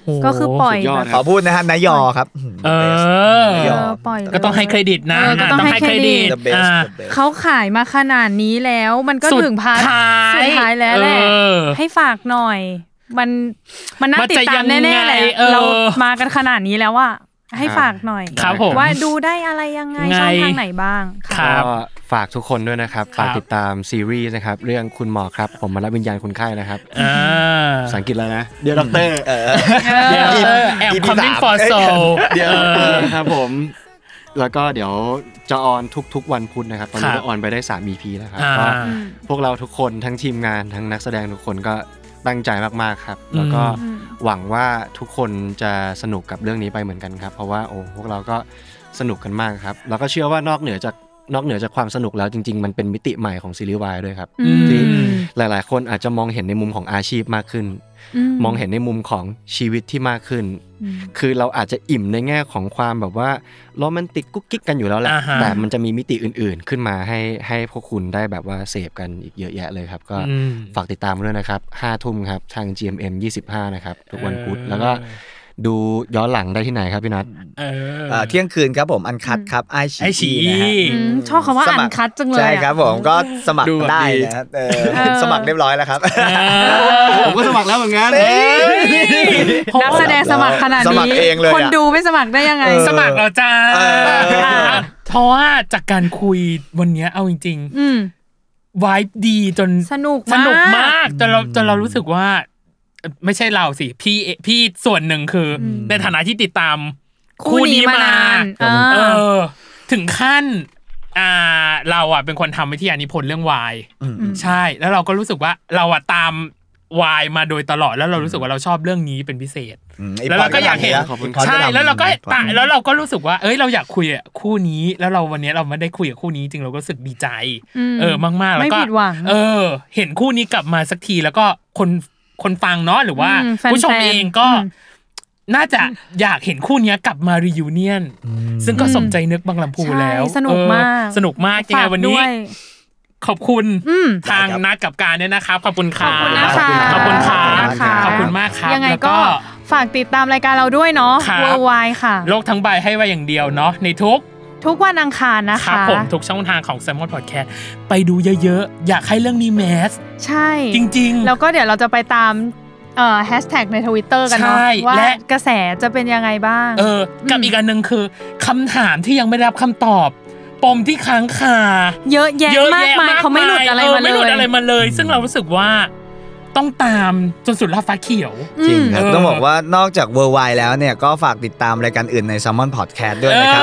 ก็คือปล่อยแบบขอพูดนะฮะนายอครับปล่อยก็ต้องให้เครดิตนะต้องให้เครดิตเขาขายมาขนาดนี้แล้วมันก็ถึงพาร์ทสุดท้ายแล้วแหละให้ฝากหน่อยมันน่าติดตามแน่ๆเลยเรามากันขนาดนี้แล้วอ่ะให้ฝากหน่อยว่าดูได้อะไรยังไงช่องทางไหนบ้างก็ฝากทุกคนด้วยนะครับฝากติดตามซีรีส์นะครับเรื่องคุณหมอครับผมมารับวิญญาณคนไข้นะครับภาษาอังกฤษแล้วนะเดี๋ยวด็อกเตอร์แอม coming for soul เดี๋ยวครับผมแล้วก็เดี๋ยวจะออนทุกวันพุธนะครับตอนนี้ก็ออนไปได้3 EP แล้วครับก็พวกเราทุกคนทั้งทีมงานทั้งนักแสดงทุกคนก็ตั้งใจมากๆครับแล้วก็หวังว่าทุกคนจะสนุกกับเรื่องนี้ไปเหมือนกันครับเพราะว่าพวกเราก็สนุกกันมากครับแล้วก็เชื่อว่านอกเหนือจากความสนุกแล้วจริงๆมันเป็นมิติใหม่ของซีรีส์วายด้วยครับที่หลายๆคนอาจจะมองเห็นในมุมของอาชีพมากขึ้นมองเห็นในมุมของชีวิตที่มากขึ้นคือเราอาจจะอิ่มในแง่ของความแบบว่าโรแมนติกกุ๊กกิ๊กกันอยู่แล้วแหละแต่มันจะมีมิติอื่นๆขึ้นมาให้พวกคุณได้แบบว่าเสพกันอีกเยอะแยะเลยครับก็ฝากติดตามด้วยนะครับ 5:00 นครับทาง GMM 25นะครับทุกวันพุธแล้วก็ดูย้อนหลังได้ที่ไหนครับพี่นัทเที่ยงคืนครับผมอันคัทครับไอชีนะฮะชอบคำว่าอันคัทจังเลยใช่ครับผมก็สมัครได้นะครับสมัครเรียบร้อยแล้วครับผมก็สมัครแล้วเหมือนกันนักแสดงสมัครขนาดนี้คนดูไม่สมัครได้ยังไงสมัครเราจ้าเพราะว่าจากการคุยวันนี้เอาจริงๆวายดีจนสนุกมากจนเรารู้สึกว่าไม่ใช่เราสิพี่ส่วนหนึ่งคือในฐานะที่ติดตามคู่นี้มานานถึงขั้นเราเป็นคนทำวิทยานิพนธ์เรื่องวายใช่แล้วเราก็รู้สึกว่าเราตามวายมาโดยตลอดแล้วเรารู้สึกว่าเราชอบเรื่องนี้เป็นพิเศษแล้วเราก็อยากเห็นใช่แล้วเราก็รู้สึกว่าเราอยากคุยคู่นี้แล้วเราวันนี้เราไม่ได้คุยกับคู่นี้จริงเราก็รู้สึกดีใจมากๆแล้วก็เห็นคู่นี้กลับมาสักทีแล้วก็คนฟังเนาะหรือว่าผู้ชมเองก็น่าจะอยากเห็นคู่นี้กลับมารียูเนียนซึ่งก็สมใจนึกบางลำพูแล้วสนุกมากยังไงวันนี้ขอบคุณทางนัดกับการเนี่ยนะครับขอบคุณค่ะขอบคุณมากครับยังไงก็ฝากติดตามรายการเราด้วยเนาะ Worldwide ค่ะโลกทั้งใบให้ไว้อย่างเดียวเนาะในทุกวันอังคารนะคะครับผมทุกช่องทางของ Salmon Podcast ไปดูเยอะๆอยากให้เรื่องนี้แมสใช่จริงๆแล้วก็เดี๋ยวเราจะไปตามแฮชแท็กใน Twitter กันเนาะว่ากระแสจะเป็นยังไงบ้างกับอีกอันนึงคือคำถามที่ยังไม่ได้รับคำตอบปมที่ค้างคาเยอะแยะมากมายเขาไม่หลุดอะไรมาเลยซึ่งเรารู้สึกว่าต้องตามจนสุดล่าฟ้าเขียวจริงครับต้องบอกว่านอกจาก Worldwide แล้วเนี่ยก็ฝากติดตามรายการอื่นใน Salmon Podcast ด้วยนะครับ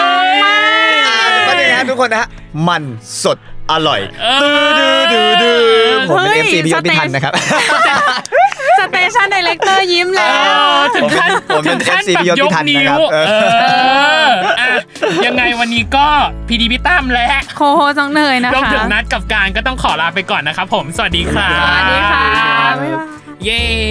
ทุกคนนะฮะมันสดอร่อยดื้อผมเป็น FC พี่ยศพิทันนะครับสเตชันไดเรคเตอร์ยิ้มแล้วถึงขั้นยกนิ้วยังไงวันนี้ก็พีดีพี่ตั้มและโคโฮน้องเนยนะคะรวมถึงนัดกับการก็ต้องขอลาไปก่อนนะครับผมสวัสดีครับสวัสดีค่ะเย้